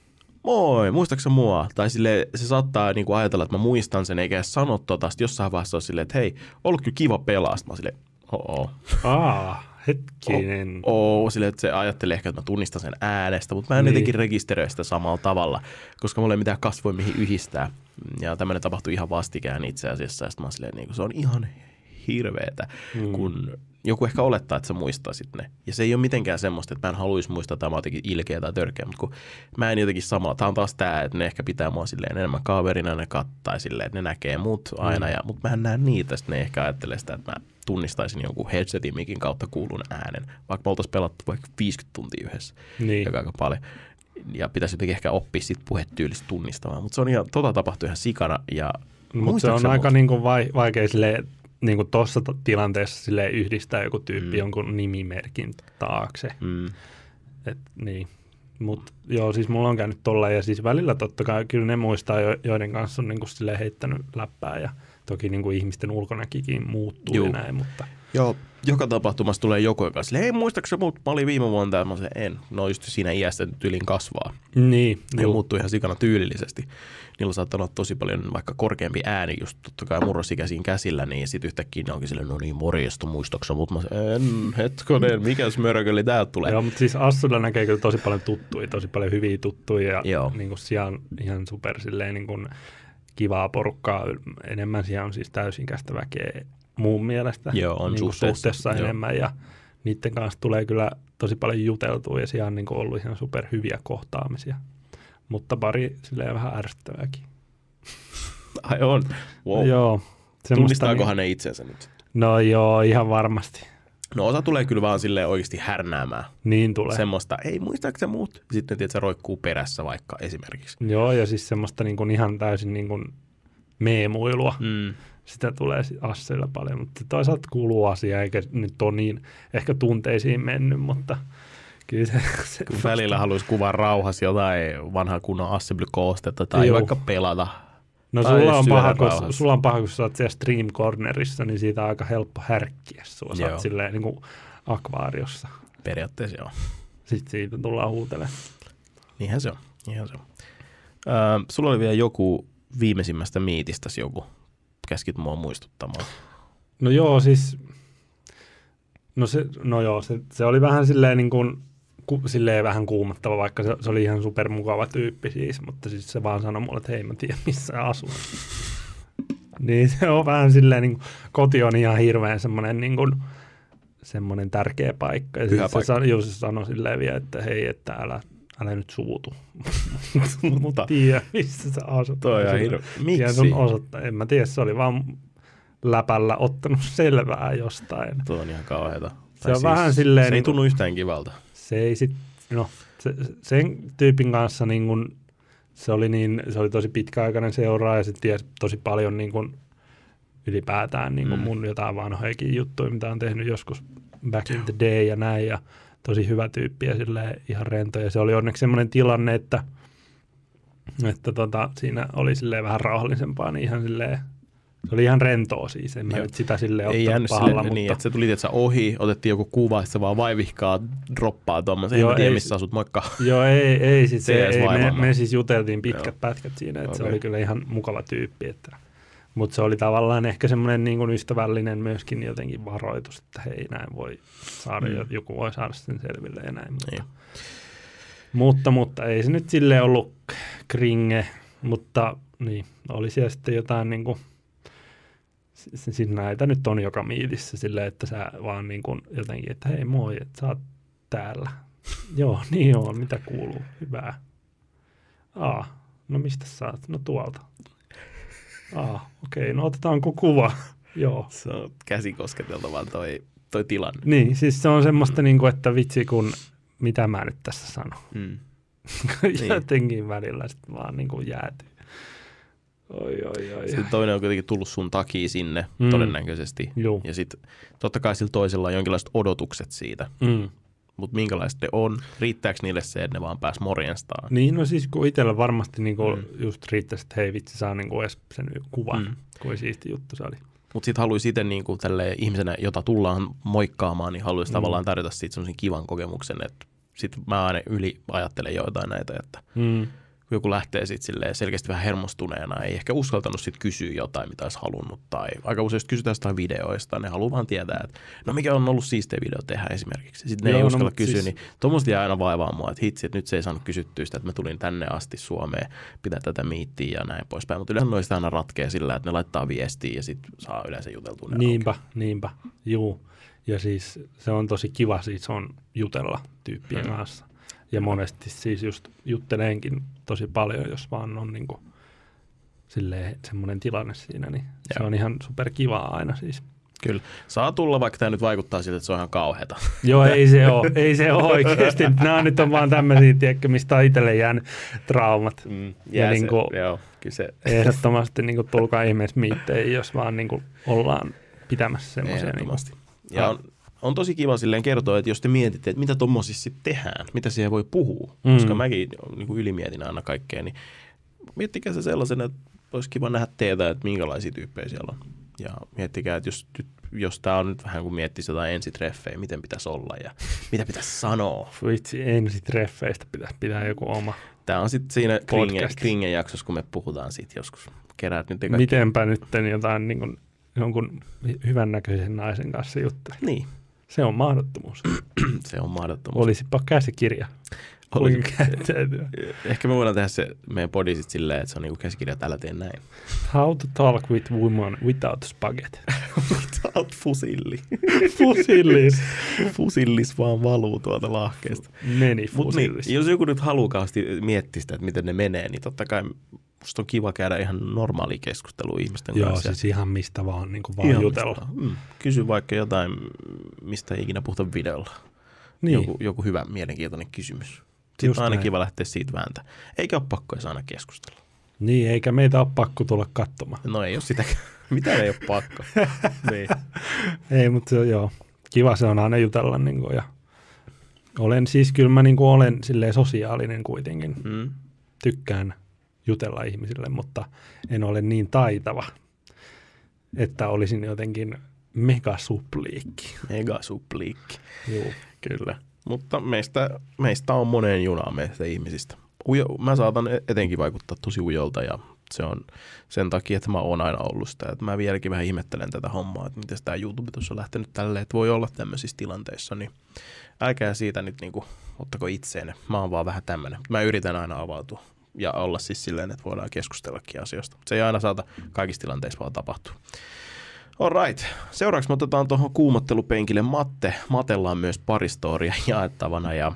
[SPEAKER 1] moi, muistaaksä mua? Tai silleen, se saattaa niinku ajatella, että mä muistan sen, eikä edes sano tota. Sitten jossain vaiheessa on silleen, että hei, ollut kyllä kiva pelaa. Sitten mä oon silleen, oo.
[SPEAKER 2] Aa. Hetkinen.
[SPEAKER 1] Oo, oh, silleen, että se ajattelee ehkä, että mä tunnistan sen äänestä, mutta mä en niin. jotenkin rekisteröi sitä samalla tavalla, koska mulla ei mitään kasvoja, mihin yhdistää. Ja tämmöinen tapahtui ihan vastikään itse asiassa, ja sitten mä oon silleen, niin se on ihan hirveetä, mm. kun joku ehkä olettaa, että sä muistaisit ne. Ja se ei ole mitenkään semmoista, että mä en haluaisi muistaa, että mä oon jotenkin ilkeä tai törkeä, mutta kun mä en jotenkin samalla. Tää on taas tää, että ne ehkä pitää mua silleen enemmän kaverina, ne kattaa silleen, että ne näkee mut aina, mm. ja, mutta mä en näe niitä, sitten ne ehkä ajattelee sitä, että mä tunnistaisin jonkun headsetin mikin kautta kuulun äänen, vaikka me oltaisiin pelattu vaikka viisikymmentä tuntia yhdessä, niin. joka aika paljon. Ja pitäisi jotenkin ehkä oppia sit puhetyylistä tunnistamaan, mutta se on ihan, tota tapahtui ihan sikana.
[SPEAKER 2] Mutta se on aika niinku vai, vaikea silleen, niinku tuossa tilanteessa silleen yhdistää joku tyyppi mm. jonkun nimimerkin taakse. Mm. Et, niin. Mutta joo, siis mulla on käynyt tolleen, ja siis välillä totta kai kyllä ne muistaa, joiden kanssa on niinku silleen heittänyt läppää, ja toki niinku ihmisten ulkonäkikin muuttuu Juu. ja näin, mutta...
[SPEAKER 1] Joo, joka tapahtumassa tulee joku, joka silleen, hei muistaaksä mut, mä olin viime vuonna täällä, mä sanoin, en, no just siinä iästä tyylin kasvaa.
[SPEAKER 2] Niin.
[SPEAKER 1] Ja muuttuu ihan sikana tyylillisesti. Niillä saattaa olla tosi paljon vaikka korkeampi ääni, just totta kai murrosikäisiin käsillä, niin sit yhtäkkiä ne onkin silleen, no niin, morjesta muistaaksä mut, mä sanoin, en, hetkonen, mikäs mörköli täältä tulee.
[SPEAKER 2] Joo, mutta siis Assulla näkee kyllä tosi paljon tuttuja, tosi paljon hyviä tuttuja, ja niin kuin siellä on ihan super silleen niin kuin kivaa porukkaa, enemmän siellä on siis täysin-ikäistä väkeä mun mielestä.
[SPEAKER 1] Joo, on
[SPEAKER 2] niin
[SPEAKER 1] suhteessa.
[SPEAKER 2] suhteessa enemmän, ja niiden kanssa tulee kyllä tosi paljon juteltua, ja siellä on niin kuin ollut ihan super hyviä kohtaamisia. Mutta pari silleen vähän ärsyttävääkin.
[SPEAKER 1] Ai on? Wow.
[SPEAKER 2] Joo.
[SPEAKER 1] Tunnistaakohan niin, ne itsensä nyt?
[SPEAKER 2] No joo, ihan varmasti.
[SPEAKER 1] No osa tulee kyllä vaan silleen oikeasti härnäämään.
[SPEAKER 2] Niin tulee.
[SPEAKER 1] Semmoista, ei muistaako se muut? Sitten tiedät, se roikkuu perässä vaikka esimerkiksi.
[SPEAKER 2] Joo, ja siis semmoista niin kuin ihan täysin niin kuin meemuilua. Mm. sitä tulee Asseilla paljon, mutta toisaalta kuuluu asia, eikä nyt ole niin ehkä tunteisiin mennyt, mutta kyllä se... se
[SPEAKER 1] kun välillä haluaisi kuvaa rauhassa jotain vanhaa kunnon Assembly-koostetta tai
[SPEAKER 2] Joo.
[SPEAKER 1] vaikka pelata.
[SPEAKER 2] No
[SPEAKER 1] tai
[SPEAKER 2] sulla on, paha,
[SPEAKER 1] rauhassa.
[SPEAKER 2] kun, sulla on paha, kun sä oot siellä Stream Cornerissa, niin siitä on aika helppo härkkiä sua. Sä
[SPEAKER 1] Joo.
[SPEAKER 2] oot silleen niin kuin akvaariossa.
[SPEAKER 1] Periaatteessa joo.
[SPEAKER 2] Sitten siitä tullaan huutelemaan.
[SPEAKER 1] Niinhän se on. Niinhän se on. Öö, sulla oli vielä joku viimeisimmästä miitistäsi joku. Käskit mua muistuttamaan.
[SPEAKER 2] No joo, siis... No, se, no joo, se, se oli vähän silleen, niin kuin, ku, silleen vähän kuumottava, vaikka se, se oli ihan supermukava tyyppi siis, mutta siis se vaan sanoi mulle, että hei, mä tiedän missä asut. Niin se on vähän silleen, niin kuin, koti on ihan hirveän semmoinen niin kuin, semmoinen tärkeä paikka. Ja
[SPEAKER 1] Pyhä
[SPEAKER 2] se,
[SPEAKER 1] paikka.
[SPEAKER 2] se, se sanoi silleen vielä, että hei, että älä, älä nyt suutu.
[SPEAKER 1] Mutta
[SPEAKER 2] Tiedä, missä sä asut.
[SPEAKER 1] toi on hirveä.
[SPEAKER 2] Tiedän sun
[SPEAKER 1] Miksi?
[SPEAKER 2] osoittaa. En mä tiedä, se oli vaan läpällä ottanut selvää jostain.
[SPEAKER 1] Tuo on ihan kauheata.
[SPEAKER 2] Se on vähän silleen
[SPEAKER 1] Se ei
[SPEAKER 2] niin kuin-
[SPEAKER 1] tunnu yhtään kivalta.
[SPEAKER 2] Se ei sit, no se, sen tyypin kanssa niin kun, se oli niin, se oli tosi pitkäaikainen seuraaja ja se tiesi tosi paljon niin kun, ylipäätään niin kun
[SPEAKER 1] Mm.
[SPEAKER 2] mun jotain vanhojakin juttuja, mitä on tehnyt joskus back in the day ja näin ja tosi hyvä tyyppi ja silleen ihan rento ja se oli onneksi semmoinen tilanne, että, että tota, siinä oli silleen vähän rauhallisempaa, niin ihan silleen, se oli ihan rentoa siis, en mä
[SPEAKER 1] Joo.
[SPEAKER 2] nyt sitä silleen
[SPEAKER 1] Ei
[SPEAKER 2] ottanut
[SPEAKER 1] jäänyt
[SPEAKER 2] pahalla,
[SPEAKER 1] sille,
[SPEAKER 2] mutta
[SPEAKER 1] niin, että se tuli että ohi, otettiin joku kuva, että se vaan vaivihkaa, droppaa tuommoisen.
[SPEAKER 2] Joo,
[SPEAKER 1] En tiedä,
[SPEAKER 2] ei-
[SPEAKER 1] missä asut, moikka.
[SPEAKER 2] Joo, ei, ei, sit
[SPEAKER 1] Se
[SPEAKER 2] se,
[SPEAKER 1] ei edes
[SPEAKER 2] ei me,
[SPEAKER 1] vaivannut.
[SPEAKER 2] me siis juteltiin pitkät
[SPEAKER 1] Joo.
[SPEAKER 2] pätkät siinä, että okay. Se
[SPEAKER 1] Okei.
[SPEAKER 2] oli kyllä ihan mukava tyyppi, että, mutta se oli tavallaan ehkä semmoinen niin kuin ystävällinen myöskin jotenkin varoitus, että hei näin voi saada,
[SPEAKER 1] Mm.
[SPEAKER 2] mm. joku voi saada sen selville ja näin, mutta,
[SPEAKER 1] Niin.
[SPEAKER 2] mutta, mutta ei se nyt silleen ollut kringe, mutta niin, oli siellä sitten jotain niin kuin, siis näitä nyt on joka miitissä silleen, että sä vaan niin kuin jotenkin, että hei moi, että sä oot täällä. Joo, niin on, mitä kuuluu, hyvää. Aa, no mistä sä oot? No tuolta. Aa, okei, okay, no otetaanko kuva? Joo.
[SPEAKER 1] Se on käsikosketeltavaa toi, toi tilanne.
[SPEAKER 2] Niin, siis se on semmoista, niin kuin, että vitsi kun, mitä mä nyt tässä sanon.
[SPEAKER 1] Mm.
[SPEAKER 2] Jotenkin välillä sitten vaan niin kuin jäätyy. Oi, oi, oi.
[SPEAKER 1] Sitten toinen on kuitenkin tullut sun takia sinne
[SPEAKER 2] Mm.
[SPEAKER 1] todennäköisesti.
[SPEAKER 2] Juu.
[SPEAKER 1] Ja sitten totta kai sillä toisella on jonkinlaiset odotukset siitä.
[SPEAKER 2] Mm.
[SPEAKER 1] Mutta minkälaiset ne on? Riittääkö niille se, että ne vaan pääs morjenstaan?
[SPEAKER 2] Niin, no siis kun itsellä varmasti niin kuin
[SPEAKER 1] Mm.
[SPEAKER 2] just riittäisi, että hei vitsi saa niin kuin edes sen kuvan,
[SPEAKER 1] Mm.
[SPEAKER 2] mm. kuin siisti juttu se oli.
[SPEAKER 1] Mutta sitten haluaisi itse niinku ihmisenä, jota tullaan moikkaamaan, niin haluaisi
[SPEAKER 2] Mm.
[SPEAKER 1] tavallaan tarjota siitä semmoisen kivan kokemuksen, että sitten mä aina yli ajattelen joitain näitä, että
[SPEAKER 2] Mm.
[SPEAKER 1] kun joku lähtee sitten silleen selkeästi vähän hermostuneena, ei ehkä uskaltanut sitten kysyä jotain, mitä olisi halunnut, tai aika usein just kysytään jostain videoista, ne haluaa vaan tietää, että no mikä on ollut siistiä video tehdä esimerkiksi. Sitten ne
[SPEAKER 2] Joo,
[SPEAKER 1] ei
[SPEAKER 2] no,
[SPEAKER 1] uskalla
[SPEAKER 2] mut
[SPEAKER 1] kysyä,
[SPEAKER 2] siis-
[SPEAKER 1] niin tuommoista jää aina vaivaa mua, että hitsi, että nyt se ei saanut kysyttyä sitä, että mä tulin tänne asti Suomeen, pitää tätä miittiä ja näin poispäin, mutta yleensä noista aina ratkee sillä, että ne laittaa viestiä ja sitten saa yleensä juteltua ne
[SPEAKER 2] Niinpä, niinpä, juu. Ja siis se on tosi kiva siis on jutella tyyppien
[SPEAKER 1] Mm.
[SPEAKER 2] kanssa. Ja monesti siis just juttelenkin tosi paljon, jos vaan on niinku silleen semmoinen tilanne siinä, niin se
[SPEAKER 1] Joo.
[SPEAKER 2] on ihan super kivaa aina siis.
[SPEAKER 1] Kyllä. Saa tulla, vaikka tämä nyt vaikuttaa siltä, että se on ihan kauheata.
[SPEAKER 2] Joo, ei se ole, ei se ole oikeasti. Nämä nyt on vaan tämmöisiä, tiedätkö, mistä on itselle jäänyt traumat.
[SPEAKER 1] Mm,
[SPEAKER 2] Ja niin kuin-
[SPEAKER 1] joo, kyllä se,
[SPEAKER 2] Ehdottomasti niin kuin, tulkaa ihmeessä miitteihin, jos vaan niin kuin, ollaan pitämässä semmoisia. Niin
[SPEAKER 1] ehdottomasti. Ja on, on tosi kiva silleen kertoa, että jos te mietitte, että mitä tommosissa sitten tehdään, mitä siihen voi puhua,
[SPEAKER 2] Mm.
[SPEAKER 1] koska mäkin niin kuin ylimietin aina kaikkea, niin miettikää se sellaisen, että olisi kiva nähdä teitä, että minkälaisia tyyppejä siellä on. Ja miettikää, että jos, jos tämä on nyt vähän kuin miettisi jotain ensitreffejä, miten pitäisi olla ja mitä pitäisi sanoa.
[SPEAKER 2] vitsi, ensitreffeistä pitäisi pitää joku oma.
[SPEAKER 1] Tämä on sitten siinä Kringen,
[SPEAKER 2] Podcast.
[SPEAKER 1] Kringen jaksossa, kun me puhutaan siitä joskus. Keräät nyt kaikki.
[SPEAKER 2] Mitenpä nyt jotain niin kuin, jonkun hyvännäköisen naisen kanssa juttelet.
[SPEAKER 1] Niin,
[SPEAKER 2] Se on mahdottomuus.
[SPEAKER 1] se on mahdottomuus.
[SPEAKER 2] Olisipa käsikirja.
[SPEAKER 1] Olisi.
[SPEAKER 2] Kuinka käyttäytyä.
[SPEAKER 1] Ehkä me voidaan tehdä se meidän podi sit silleen, että se on niinku käsikirja, että älä tee näin.
[SPEAKER 2] How to talk with women without spaghetti.
[SPEAKER 1] Without fusilli.
[SPEAKER 2] Fusillis.
[SPEAKER 1] Fusillis vaan valuu tuolta lahkeesta.
[SPEAKER 2] Meni
[SPEAKER 1] Mut niin,
[SPEAKER 2] fusillis.
[SPEAKER 1] jos joku nyt haluaa kauheasti miettiä sitä, että miten ne menee, niin totta kai musta on kiva käydä ihan normaali keskustelu ihmisten
[SPEAKER 2] Joo,
[SPEAKER 1] kanssa.
[SPEAKER 2] siis ihan mistä vaan, niin kuin vaan
[SPEAKER 1] Ihan
[SPEAKER 2] jutella.
[SPEAKER 1] mistä vaan. Mm. Kysy vaikka jotain, mistä ei ikinä puhuta videolla.
[SPEAKER 2] Niin.
[SPEAKER 1] Joku, joku hyvä, mielenkiintoinen kysymys. Sitten
[SPEAKER 2] Just
[SPEAKER 1] on aina
[SPEAKER 2] näin.
[SPEAKER 1] kiva lähteä siitä vääntä. Eikä ole pakko edes aina keskustella.
[SPEAKER 2] Niin, eikä meitä ole pakko tulla katsomaan.
[SPEAKER 1] No ei ole sitäkään. Mitä ei ole pakko? Niin.
[SPEAKER 2] Ei, mutta se, joo, kiva se on aina jutella. Niin kuin, ja olen siis, kyllä mä niin kuin olen silleen sosiaalinen kuitenkin. Mm. Tykkään jutella ihmisille, mutta en ole niin taitava, että olisin jotenkin megasupliikki.
[SPEAKER 1] Megasupliikki.
[SPEAKER 2] Joo.
[SPEAKER 1] Kyllä. Mutta meistä, meistä on moneen junaan meistä ihmisistä. Ujo, mä saatan etenkin vaikuttaa tosi ujolta ja se on sen takia, että mä oon aina ollut sitä. Että mä vieläkin vähän ihmettelen tätä hommaa, että miten tämä YouTube tuossa on lähtenyt tälleen, että voi olla tämmöisissä tilanteissa, niin älkää siitä nyt niinku, ottako itseenne. Mä oon vaan vähän tämmöinen. Mä yritän aina avautua ja olla siis silleen, että voidaan keskustellakin asioista. Se ei aina saata kaikissa tilanteissa vaan tapahtua. Alright. Seuraavaksi me otetaan tuohon kuumottelupenkille Matte. Matella on myös pari storia jaettavana ja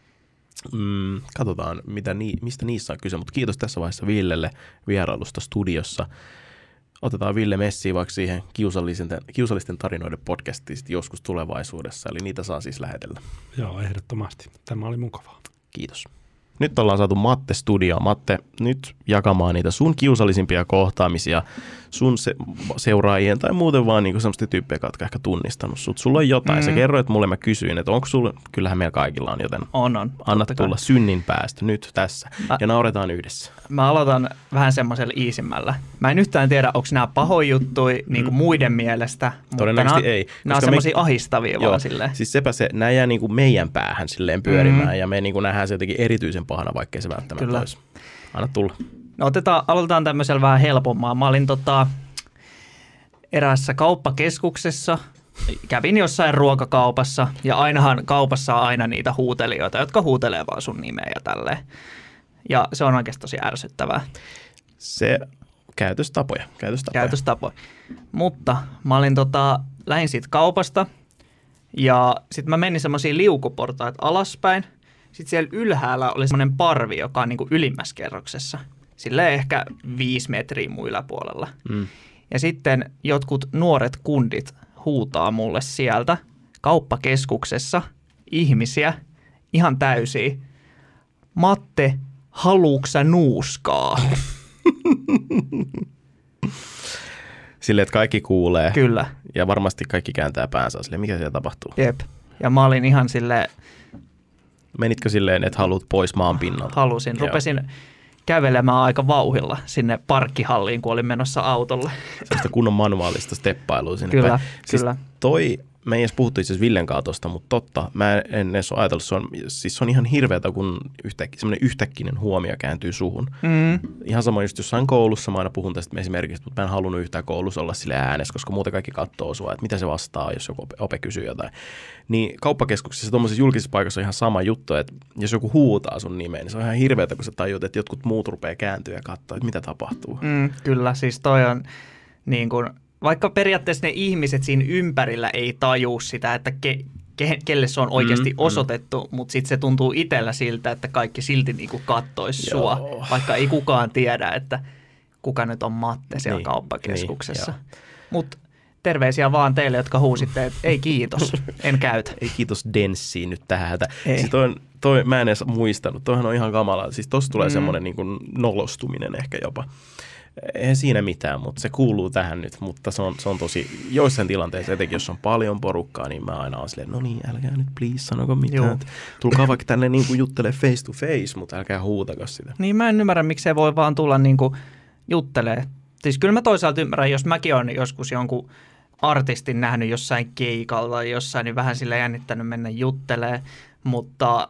[SPEAKER 1] mm, katsotaan, mitä ni, mistä niissä on kyse. Mutta kiitos tässä vaiheessa Villelle vierailusta studiossa. Otetaan Ville messiin vaikka siihen kiusallisten, kiusallisten tarinoiden podcastiin joskus tulevaisuudessa. Eli niitä saa siis lähetellä.
[SPEAKER 2] Joo, ehdottomasti. Tämä oli mukavaa.
[SPEAKER 1] Kiitos. Nyt ollaan saatu Matte studioon. Matte, nyt jakamaan niitä sun kiusallisimpia kohtaamisia sun se, seuraajien tai muuten vaan niinku semmoista tyyppejä, jotka ehkä tunnistanut sut. Sulla on jotain. Mm. Sä kerroit mulle, mä kysyin, että onko sulla, kyllähän meillä kaikilla on, joten
[SPEAKER 3] on, on,
[SPEAKER 1] anna tulla synnin päästä nyt tässä mä, ja nauretaan yhdessä.
[SPEAKER 3] Mä aloitan vähän semmoisella iisimmällä. Mä en yhtään tiedä, onko nämä pahoja juttuja niin kuin mm. muiden mielestä,
[SPEAKER 1] todennäköisesti
[SPEAKER 3] mutta
[SPEAKER 1] ei.
[SPEAKER 3] Nämä on semmoisia me... ahistavia
[SPEAKER 1] joo,
[SPEAKER 3] vaan silleen.
[SPEAKER 1] Siis sepä se, nämä jää niin kuin meidän päähän silleen pyörimään mm. ja me niin kuin nähdään se jotenkin erityisen pahana, vaikkei se välttämättä olisi. Anna tulla.
[SPEAKER 3] No otetaan, aloitetaan tämmöisellä vähän helpommaa. Mä olin tota, eräässä kauppakeskuksessa, kävin jossain ruokakaupassa ja ainahan kaupassa on aina niitä huutelijoita, jotka huutelee vaan sun nimeä ja tälleen. Ja se on oikeasti tosi ärsyttävää.
[SPEAKER 1] Se käytöstapoja. Käytöstapoja.
[SPEAKER 3] Käytöstapoja. Mutta mä olin tota, lähdin siitä kaupasta ja sitten mä menin semmoisiin liukuportaita alaspäin. Sitten siellä ylhäällä oli semmoinen parvi, joka on niin kuin ylimmässä kerroksessa. Silleen ehkä viisi metriä mun yläpuolella. Mm. Ja sitten jotkut nuoret kundit huutaa mulle sieltä kauppakeskuksessa ihmisiä ihan täysiä. Matte, haluuks sä nuuskaa?
[SPEAKER 1] Silleen, että kaikki kuulee.
[SPEAKER 3] Kyllä.
[SPEAKER 1] Ja varmasti kaikki kääntää päänsä silleen, mikä siellä tapahtuu.
[SPEAKER 3] Jep. Ja mä olin ihan silleen...
[SPEAKER 1] Menitkö silleen, että haluat pois maan pinnalta?
[SPEAKER 3] Halusin. Rupesin Joo. kävelemään aika vauhilla sinne parkkihalliin, kun olin menossa autolle.
[SPEAKER 1] Sellaista kunnon manuaalista steppailua sinne
[SPEAKER 3] Kyllä,
[SPEAKER 1] päin. Siis
[SPEAKER 3] kyllä.
[SPEAKER 1] Toi, me ei edes puhuttu itse asiassa Villen kanssa tosta, mutta totta, mä en edes ole ajatellut, se on, siis se on ihan hirveätä, kun yhtäkki, semmoinen yhtäkkinen huomio kääntyy suhun. Mm. Ihan sama just jossain koulussa, mä aina puhun tästä esimerkiksi, mutta mä en halunnut yhtään koulussa olla sille äänessä, koska muuten kaikki katsoo sua, että mitä se vastaa, jos joku ope, ope kysyy jotain. Niin kauppakeskuksissa, tuommoisessa julkisessa paikassa on ihan sama juttu, että jos joku huutaa sun nimeen, niin se on ihan hirveätä, kun sä tajut, että jotkut muut rupeaa kääntyä ja katsoa, että mitä tapahtuu.
[SPEAKER 3] Mm, kyllä, siis toi on niin kuin... Vaikka periaatteessa ne ihmiset siinä ympärillä ei tajuu sitä, että ke, ke, kelle se on oikeasti mm, osoitettu, mm. mutta sitten se tuntuu itsellä siltä, että kaikki silti niinku kattoisi sua, vaikka ei kukaan tiedä, että kuka nyt on Matte siellä niin, kauppakeskuksessa. Niin, mutta terveisiä vaan teille, jotka huusitte, että ei kiitos, en käytä.
[SPEAKER 1] Ei kiitos Denssiin nyt tähän. Siis toi, toi, mä en edes muistanut, toihan on ihan kamalaa. Siis tossa tulee mm. semmoinen niin kuin nolostuminen ehkä jopa. Eihän siinä mitään, mutta se kuuluu tähän nyt, mutta se on, se on tosi, joissain tilanteissa, etenkin jos on paljon porukkaa, niin mä aina olen silleen, no niin, älkää nyt please sanoko mitään. Tulkaa vaikka tänne niin kuin juttele face to face, mutta älkää huutako sitä.
[SPEAKER 3] Niin mä en ymmärrä, miksei voi vaan tulla niin kuin juttelee. Siis kyllä mä toisaalta ymmärrän, jos mäkin olen joskus jonkun artistin nähnyt jossain keikalla tai jossain, niin vähän sillä jännittänyt mennä juttelee, mutta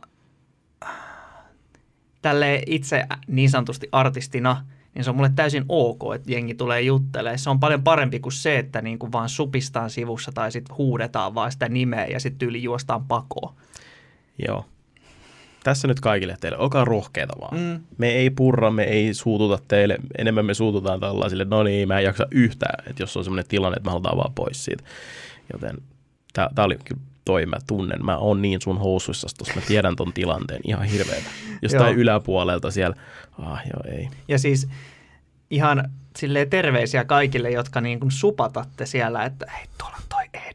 [SPEAKER 3] tälleen itse niin sanotusti artistina, niin se on mulle täysin ok, että jengi tulee juttelemaan. Se on paljon parempi kuin se, että niin kuin vaan supistaan sivussa tai sitten huudetaan vaan sitä nimeä ja sitten tyyli juostaan pakoon.
[SPEAKER 1] Joo. Tässä nyt kaikille teille. Olkaa rohkeita vaan.
[SPEAKER 3] Mm.
[SPEAKER 1] Me ei purra, me ei suututa teille. Enemmän me suututaan tällaisille, no niin, mä en jaksa yhtään, että jos on semmoinen tilanne, että me halutaan vaan pois siitä. Joten tää, tää oli kyllä toi, mä tunnen. Mä oon niin sun housuissa tossa. Mä tiedän ton tilanteen ihan hirveetä. Jostain yläpuolelta siellä. Ah, joo, ei.
[SPEAKER 3] Ja siis ihan silleen terveisiä kaikille, jotka niin kuin supatatte siellä, että hei, tuolla on toi Ed.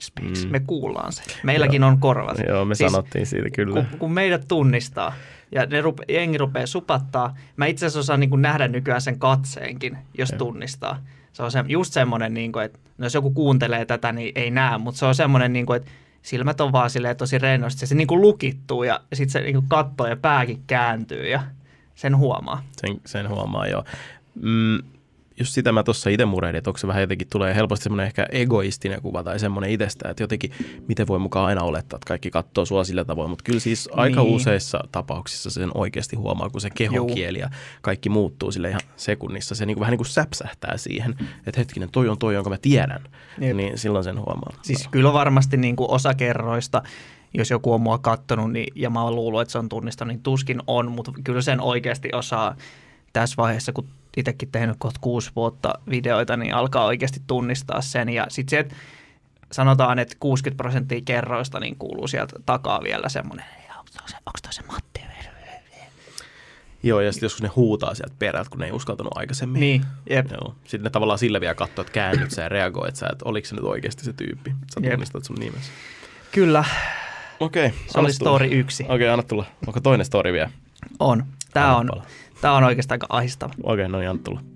[SPEAKER 3] speaks. Mm. Me kuullaan se. Meilläkin on korvat.
[SPEAKER 1] Joo, me siis, sanottiin siitä kyllä.
[SPEAKER 3] Kun, kun meidät tunnistaa ja ne rupe, jengi rupeaa supattaa, mä itse asiassa osaan niin kuin nähdä nykyään sen katseenkin, jos Joo. tunnistaa. Se on se, just semmoinen, niin kuin, että no jos joku kuuntelee tätä, niin ei näe, mutta se on semmoinen, niin kuin, että silmät on vaan silleen tosi rennosti. Se niin kuin lukittuu ja sitten se niin kuin katsoo ja pääkin kääntyy ja sen huomaa.
[SPEAKER 1] Sen, sen huomaa, joo. Mm. Just sitä mä tuossa itse murehdin, että onko se vähän jotenkin tulee helposti semmoinen ehkä egoistinen kuva tai semmoinen itsestä, että jotenkin miten voi mukaan aina olettaa, että kaikki katsoo sua sillä tavoin, mutta kyllä siis aika niin. useissa tapauksissa sen oikeasti huomaa, kun se kehokieli ja kaikki muuttuu sille ihan sekunnissa. Se niin kuin, vähän niin kuin säpsähtää siihen, että hetkinen, toi on toi, jonka mä tiedän, Jep. niin silloin sen huomaa.
[SPEAKER 3] Siis kyllä varmasti niin kuin osa kerroista, jos joku on mua kattonut niin, ja mä oon luullut, että se on tunnistanut, niin tuskin on, mutta kyllä sen oikeasti osaa tässä vaiheessa, kun itsekin tehnyt kohta kuusi vuotta videoita, niin alkaa oikeasti tunnistaa sen. Ja sitten se, että sanotaan, että kuusikymmentä prosenttia kerroista niin kuuluu sieltä takaa vielä semmoinen, onko toi se Matti?
[SPEAKER 1] Joo, ja sitten joskus ne huutaa sieltä perältä, kun ne ei uskaltanut aikaisemmin.
[SPEAKER 3] Niin, jep.
[SPEAKER 1] Joo. Sitten ne tavallaan sillä vielä katsoo, että käännyt sä ja reagoit sä, että oliko se nyt oikeasti se tyyppi. Sä tunnistat sun nimessä.
[SPEAKER 3] Kyllä.
[SPEAKER 1] Okei. Okay,
[SPEAKER 3] se oli story yksi.
[SPEAKER 1] Okei, okay, anna tulla. Onko toinen story vielä?
[SPEAKER 3] On. Tää on. Tämä on oikeastaan aika ahistava.
[SPEAKER 1] Okei, okay, no niin, anna tulla.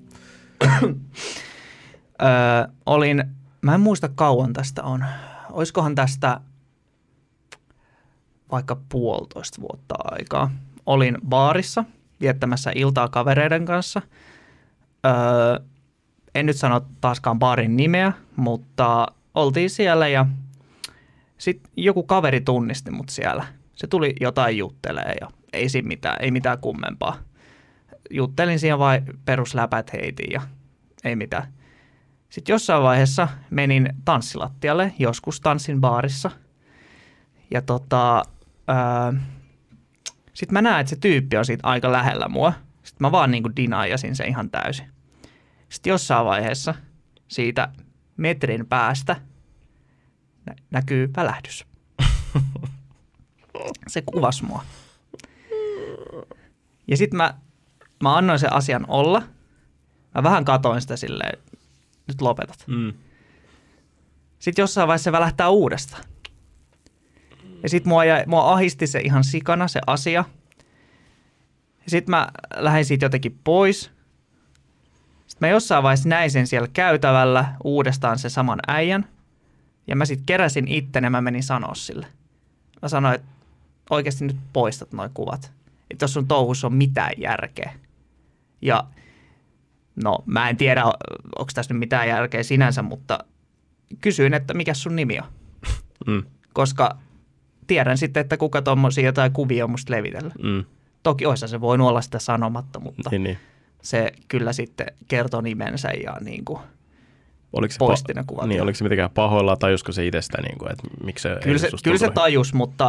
[SPEAKER 3] öö, olin, mä en muista kauan tästä on. Oiskohan tästä vaikka puolitoista vuotta aikaa. Olin baarissa viettämässä iltaa kavereiden kanssa. Öö, en nyt sano taaskaan baarin nimeä, mutta oltiin siellä ja sitten joku kaveri tunnisti mut siellä. Se tuli jotain juttelee ja ei siinä mitään, ei mitään kummempaa. Juttelin siinä vain perusläpät heitin ja ei mitään. Sitten jossain vaiheessa menin tanssilattialle, joskus tanssin baarissa. Ja tota, sitten mä näen, että se tyyppi on siitä aika lähellä mua. Sitten mä vaan niinku dinaajasin se ihan täysin. Sitten jossain vaiheessa siitä metrin päästä nä- näkyy välähdys. Se kuvasi mua. Ja sitten mä Mä annoin sen asian olla. Mä vähän katoin sitä silleen, nyt lopetat. Mm. Sitten jossain vaiheessa se välähtää uudestaan. Ja sitten mua, mua ahisti se ihan sikana, se asia. Ja sitten mä lähdin siitä jotenkin pois. Sitten mä jossain vaiheessa näin sen siellä käytävällä uudestaan se saman äijän. Ja mä sitten keräsin itteni ja mä menin sanoa sille. Mä sanoin, että oikeasti nyt poistat noi kuvat. Että jos sun touhussa on mitään järkeä. Ja no mä en tiedä, onko tässä nyt mitään järkeä sinänsä, mutta kysyin, että mikä sun nimi on. Mm. Koska tiedän sitten, että kuka tommosia jotain kuvia on musta levitellä. Mm. Toki oissa se voi olla sitä sanomatta, mutta niin, niin. Se kyllä sitten kertoi nimensä ja niin kuin poisti ne kuvat.
[SPEAKER 1] Niin, oliko se mitenkään pahoilla, tajusko se itsestä, niin kuin, että miksi se
[SPEAKER 3] Kyllä se, kyllä se tajus, mutta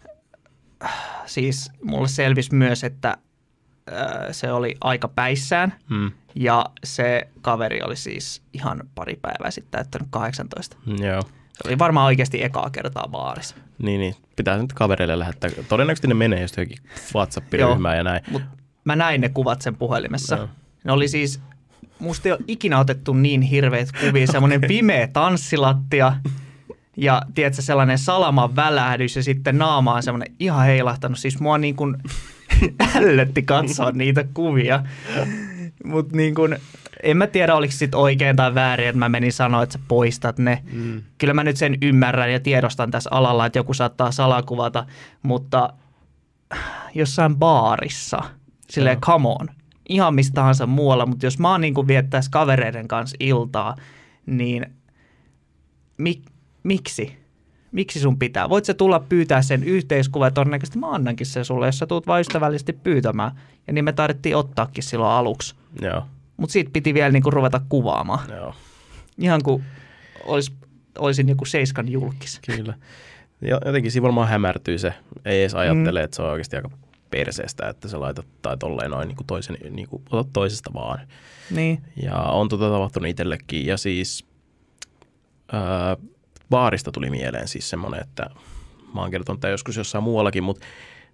[SPEAKER 3] siis mulle selvisi myös, että se oli aika päissään hmm. ja se kaveri oli siis ihan pari päivää sitten täyttänyt kahdeksantoista.
[SPEAKER 1] Joo.
[SPEAKER 3] Se oli varmaan oikeasti ekaa kertaa baarissa.
[SPEAKER 1] Niin, niin. Pitää nyt kavereille lähettää. Todennäköisesti ne menee just johonkin WhatsApp-ryhmään ja näin.
[SPEAKER 3] Mut mä näin ne kuvat sen puhelimessa. No. Ne oli siis, musta ei ole ikinä otettu niin hirveät kuvia, semmoinen pimeä tanssilattia ja tiedätkö, sellainen salaman välähdys ja sitten naama on semmoinen ihan heilahtanut. Siis mua niin kuin ällötti katsoa niitä kuvia, mutta niin kuin, en mä tiedä oliko sit oikein tai väärin, että mä menin sanoa, että sä poistat ne. Mm. Kyllä mä nyt sen ymmärrän ja tiedostan tässä alalla, että joku saattaa salakuvata, mutta jossain baarissa, silleen no. come on, ihan mistä tahansa muualla, mutta jos mä oon niin kuin viettäis kavereiden kanssa iltaa, niin mik, miksi? Miksi sun pitää? Voit sä tulla pyytää sen yhteiskuva ja todennäköisesti mä annankin sen sulle, jos sä tuut vaan ystävällisesti pyytämään. Ja niin me tarvittiin ottaakin silloin aluksi.
[SPEAKER 1] Joo.
[SPEAKER 3] Mutta siitä piti vielä niinku ruveta kuvaamaan.
[SPEAKER 1] Joo.
[SPEAKER 3] Ihan kuin olis, olisin joku seiskan julkis.
[SPEAKER 1] Kyllä. Ja jotenkin siinä varmaan hämärtyy se. Ei edes ajattele, mm. että se on oikeasti aika perseestä, että sä laitat tai tolleen noin niinku toisen, niinku, otat toisesta vaan.
[SPEAKER 3] Niin.
[SPEAKER 1] Ja on tota tapahtunut itsellekin. Ja siis Öö, baarista tuli mieleen siis semmoinen, että mä oon kertonut tämän joskus jossain muuallakin, mutta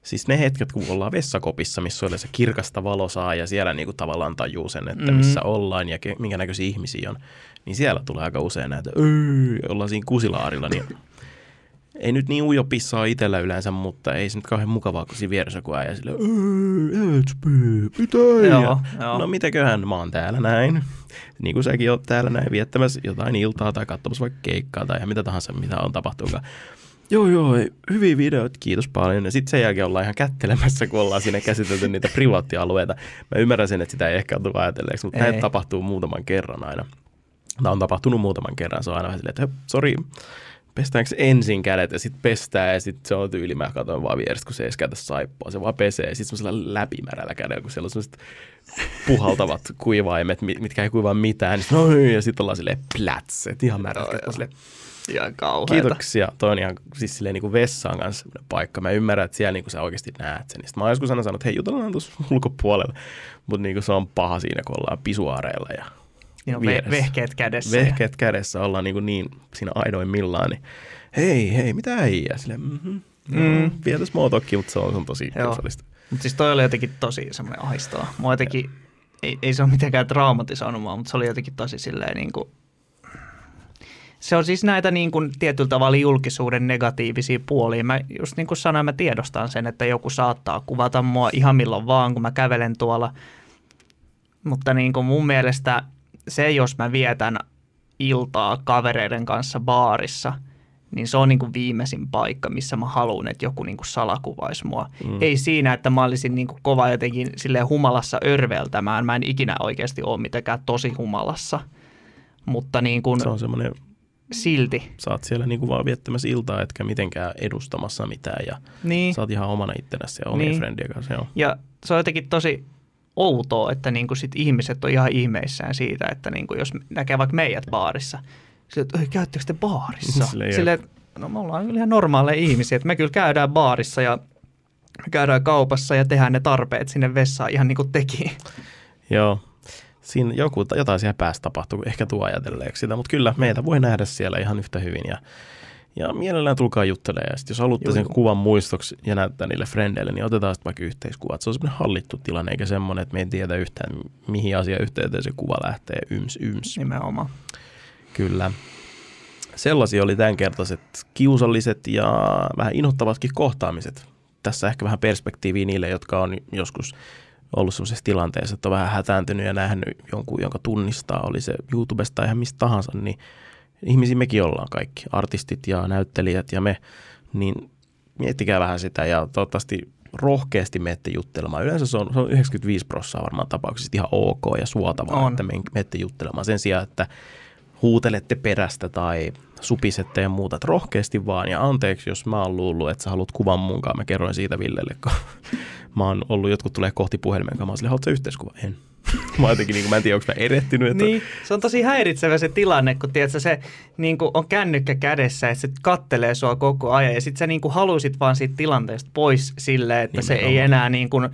[SPEAKER 1] Siis ne hetket, kun ollaan vessakopissa, missä on se kirkasta valosaa ja siellä niinku tavallaan tajuu sen, että
[SPEAKER 3] Mm.
[SPEAKER 1] missä ollaan ja ke, minkä näköisiä ihmisiä on, niin siellä tulee aika usein näitä, öö, ollaan siinä kusilaarilla, niin ei nyt niin ujo pissaa itsellä yleensä, mutta ei se nyt kauhean mukavaa, kun siinä vieressä kun äijä silleen, öö, et spy, pitää.
[SPEAKER 3] Joo, joo.
[SPEAKER 1] No mitäköhän, mä oon täällä näin. Niin kuin säkin oot täällä näin viettämässä jotain iltaa tai katsomassa vaikka keikkaa tai ihan mitä tahansa, mitä on tapahtunut. Joo, joo, hyviä videoita, kiitos paljon. Ja sitten sen jälkeen ollaan ihan kättelemässä, kun ollaan siinä käsitelty niitä privaattialueita. Mä ymmärrän sen, että sitä ei ehkä ole tullut ajatelleeksi, mutta
[SPEAKER 3] Ei.
[SPEAKER 1] näitä tapahtuu muutaman kerran aina. Tämä on tapahtunut muutaman kerran, se on aina vähän silleen, että sori, pestäänkö ensin kädet ja sitten pestää ja sitten se on tyyli, mä katsoin vaan vierestä, kun se ei edes käytä saippua, se vaan pesee ja sitten semmoisella läpimärällä kädellä, kun siellä on semmoiset puhaltavat kuivaimet, mitkä ei kuivaa mitään, niin no, ja sitten ollaan silleen pläts, että ihan märät.
[SPEAKER 3] Ihan kauheeta.
[SPEAKER 1] Kiitoksia. Toi on ihan siis silleen niin kuin vessaan kanssa paikka. Mä ymmärrän, että siellä niin kuin sä oikeasti näet sen. Sitten mä oon joskus aina sanonut, että hei, jutellaan tuossa ulkopuolella. Mutta niin kuin se on paha siinä, kun ollaan pisuaareilla ja
[SPEAKER 3] Niin on ve- vehkeet kädessä.
[SPEAKER 1] Vehkeet ja... kädessä ollaan niin, kuin niin siinä aidoimmillaan. Niin hei, hei, mitä äijää? Silleen, mm-hmm. Mm. Vietäis muotokin, mutta se on, se on tosi kiusallista.
[SPEAKER 3] Mutta siis toi oli jotenkin tosi semmoinen ahistava. Mua jotenkin, ei, ei se ole mitenkään traumatisoinut mua, mutta se oli jotenkin tosi silleen niin kuin... Se on siis näitä niin kuin tietyllä tavalla julkisuuden negatiivisia puolia. Mä just niin kuin sanoin, mä tiedostan sen, että joku saattaa kuvata mua ihan milloin vaan, kun mä kävelen tuolla. Mutta niin kuin mun mielestä se, jos mä vietän iltaa kavereiden kanssa baarissa, niin se on niin kuin viimeisin paikka, missä mä haluan, että joku niin kuin salakuvaisi mua. Mm. Ei siinä, että mä olisin niin kuin kova jotenkin silleen humalassa örveltämään. Mä en ikinä oikeasti ole mitenkään tosi humalassa. Mutta niin kuin...
[SPEAKER 1] Se on semmoinen...
[SPEAKER 3] Silti.
[SPEAKER 1] Sä oot siellä niinku vaan viettämässä iltaa, etkä mitenkään edustamassa mitään ja
[SPEAKER 3] niin.
[SPEAKER 1] Sä oot ihan omana ittenäsi ja omien
[SPEAKER 3] niin.
[SPEAKER 1] friendien kanssa. Joo.
[SPEAKER 3] Ja se on jotenkin tosi outoa, että niinku sit ihmiset on ihan ihmeissään siitä, että niinku jos näkee vaikka meidät baarissa, sille, että käyttekö te baarissa?
[SPEAKER 1] Silleen,
[SPEAKER 3] Silleen, no me ollaan ihan normaaleja ihmisiä, että me kyllä käydään baarissa ja me käydään kaupassa ja tehdään ne tarpeet sinne vessaan ihan niin kuin teki.
[SPEAKER 1] Joo. Siinä joku, jotain siellä päästä tapahtuu, ehkä tuo ajatelleeksi sitä, mutta kyllä meitä voi nähdä siellä ihan yhtä hyvin ja, ja mielellään tulkaa juttelemaan. Ja sit jos haluatte sen kuvan muistoksi ja näyttää niille frendeille, niin otetaan sitten vaikka yhteiskuvat. Se on semmoinen hallittu tilanne, eikä semmoinen, että me ei tiedä yhtään, mihin asia yhteyteen se kuva lähtee yms yms.
[SPEAKER 3] Nimenomaan.
[SPEAKER 1] Kyllä. Sellaisia oli tämänkertaiset kiusalliset ja vähän inhottavatkin kohtaamiset. Tässä ehkä vähän perspektiiviä niille, jotka on joskus ollut sellaisessa tilanteessa, että on vähän hätääntynyt ja nähnyt jonkun, jonka tunnistaa, oli se YouTubesta tai ihan mistä tahansa, niin ihmisiä mekin ollaan kaikki, artistit ja näyttelijät ja me, niin miettikää vähän sitä ja toivottavasti rohkeasti menette juttelemaan. Yleensä se on, se on yhdeksänkymmentäviisi prosenttia varmaan tapauksessa ihan ok ja suotavaa, on. Että menette juttelemaan sen sijaan, että huutelette perästä tai supisette ja muuta, että rohkeasti vaan. Ja anteeksi, jos mä oon luullut, että sä haluat kuvan munkaan. Mä kerroin siitä Villelle, kun mä oon ollut, jotkut tulee kohti puhelimen kanssa. Mä oon silleen, haluatko sä yhteiskuva? En. Mä jotenkin, niin kuin, mä en tiedä, onko mä erehtynyt. Että...
[SPEAKER 3] Niin, se on tosi häiritsevä se tilanne, kun tiedätkö, se niin kuin on kännykkä kädessä, että se kattelee sua koko ajan. Ja sit sä niin kuin haluisit vaan siitä tilanteesta pois silleen, että niin se ei enää niin kuin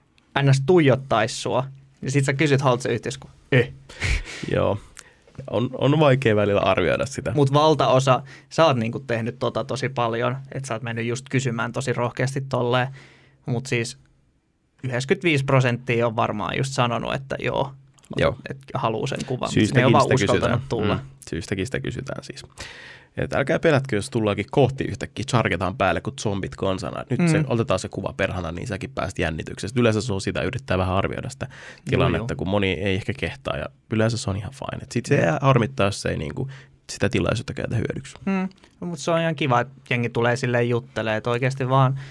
[SPEAKER 3] ns. Tuijottaisi sua. Ja sit sä kysyt, haluatko sä yhteiskuva? Eh.
[SPEAKER 1] Joo. On, on vaikea välillä arvioida sitä.
[SPEAKER 3] Mutta valtaosa, sä oot niinku tehnyt tota tosi paljon, että sä oot mennyt just kysymään tosi rohkeasti tolleen, mutta siis yhdeksänkymmentäviisi prosenttia on varmaan just sanonut, että joo, joo. että haluaa sen kuvan.
[SPEAKER 1] Syystäkin
[SPEAKER 3] ne on vaan
[SPEAKER 1] sitä
[SPEAKER 3] uskaltanut
[SPEAKER 1] kysytään.
[SPEAKER 3] tulla.
[SPEAKER 1] Mm, syystäkin sitä kysytään siis. Et älkää pelätkö, jos tullaankin kohti yhtäkkiä, chargetaan päälle kuin zombit konsana. Nyt mm. se, otetaan se kuva perhana, niin säkin pääst jännityksestä. Yleensä se on sitä, yrittää vähän arvioida sitä tilannetta, kun moni ei ehkä kehtaa. Ja yleensä se on ihan fine. Sitten se harmittaa, jos se ei niinku sitä tilaisuutta käytä hyödyksi.
[SPEAKER 3] Mm. No, mutta se on ihan kiva, että jengi tulee silleen juttelemaan. Että oikeasti vaan,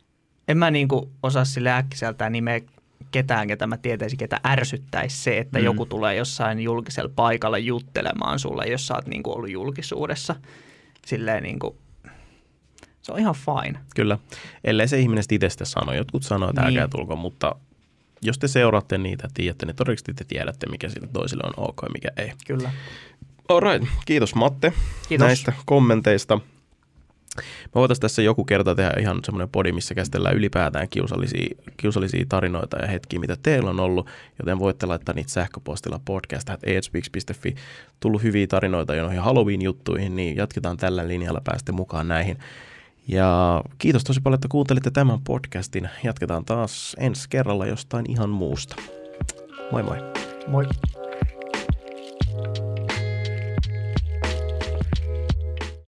[SPEAKER 3] en mä niinku osaa sille äkkiseltään nimeä ketään, ketä mä tietäisin, ketä ärsyttäisi se, että mm. joku tulee jossain julkisella paikalla juttelemaan sulle, jos sä oot niinku ollut julkisuudessa. Silleen niinku, se on ihan fine.
[SPEAKER 1] Kyllä, ellei se ihminen itse sitä sano. Jotkut sanoo, että älkää niin. tulko, mutta jos te seuraatte niitä, tiedätte, niin todennäköisesti te tiedätte, mikä siitä toisille on ok ja mikä ei.
[SPEAKER 3] Kyllä.
[SPEAKER 1] All right. Kiitos Matte
[SPEAKER 3] Kiitos.
[SPEAKER 1] näistä kommenteista. Me voitaisiin tässä joku kerta tehdä ihan semmoinen podi, missä käsitellään ylipäätään kiusallisia, kiusallisia tarinoita ja hetkiä, mitä teillä on ollut, joten voitte laittaa niitä sähköpostilla podcast at a h speaks piste f i. Tullut hyviä tarinoita jo noihin Halloween-juttuihin, niin jatketaan tällä linjalla, päästä mukaan näihin. Ja kiitos tosi paljon, että kuuntelitte tämän podcastin. Jatketaan taas ensi kerralla jostain ihan muusta. Moi moi.
[SPEAKER 3] Moi.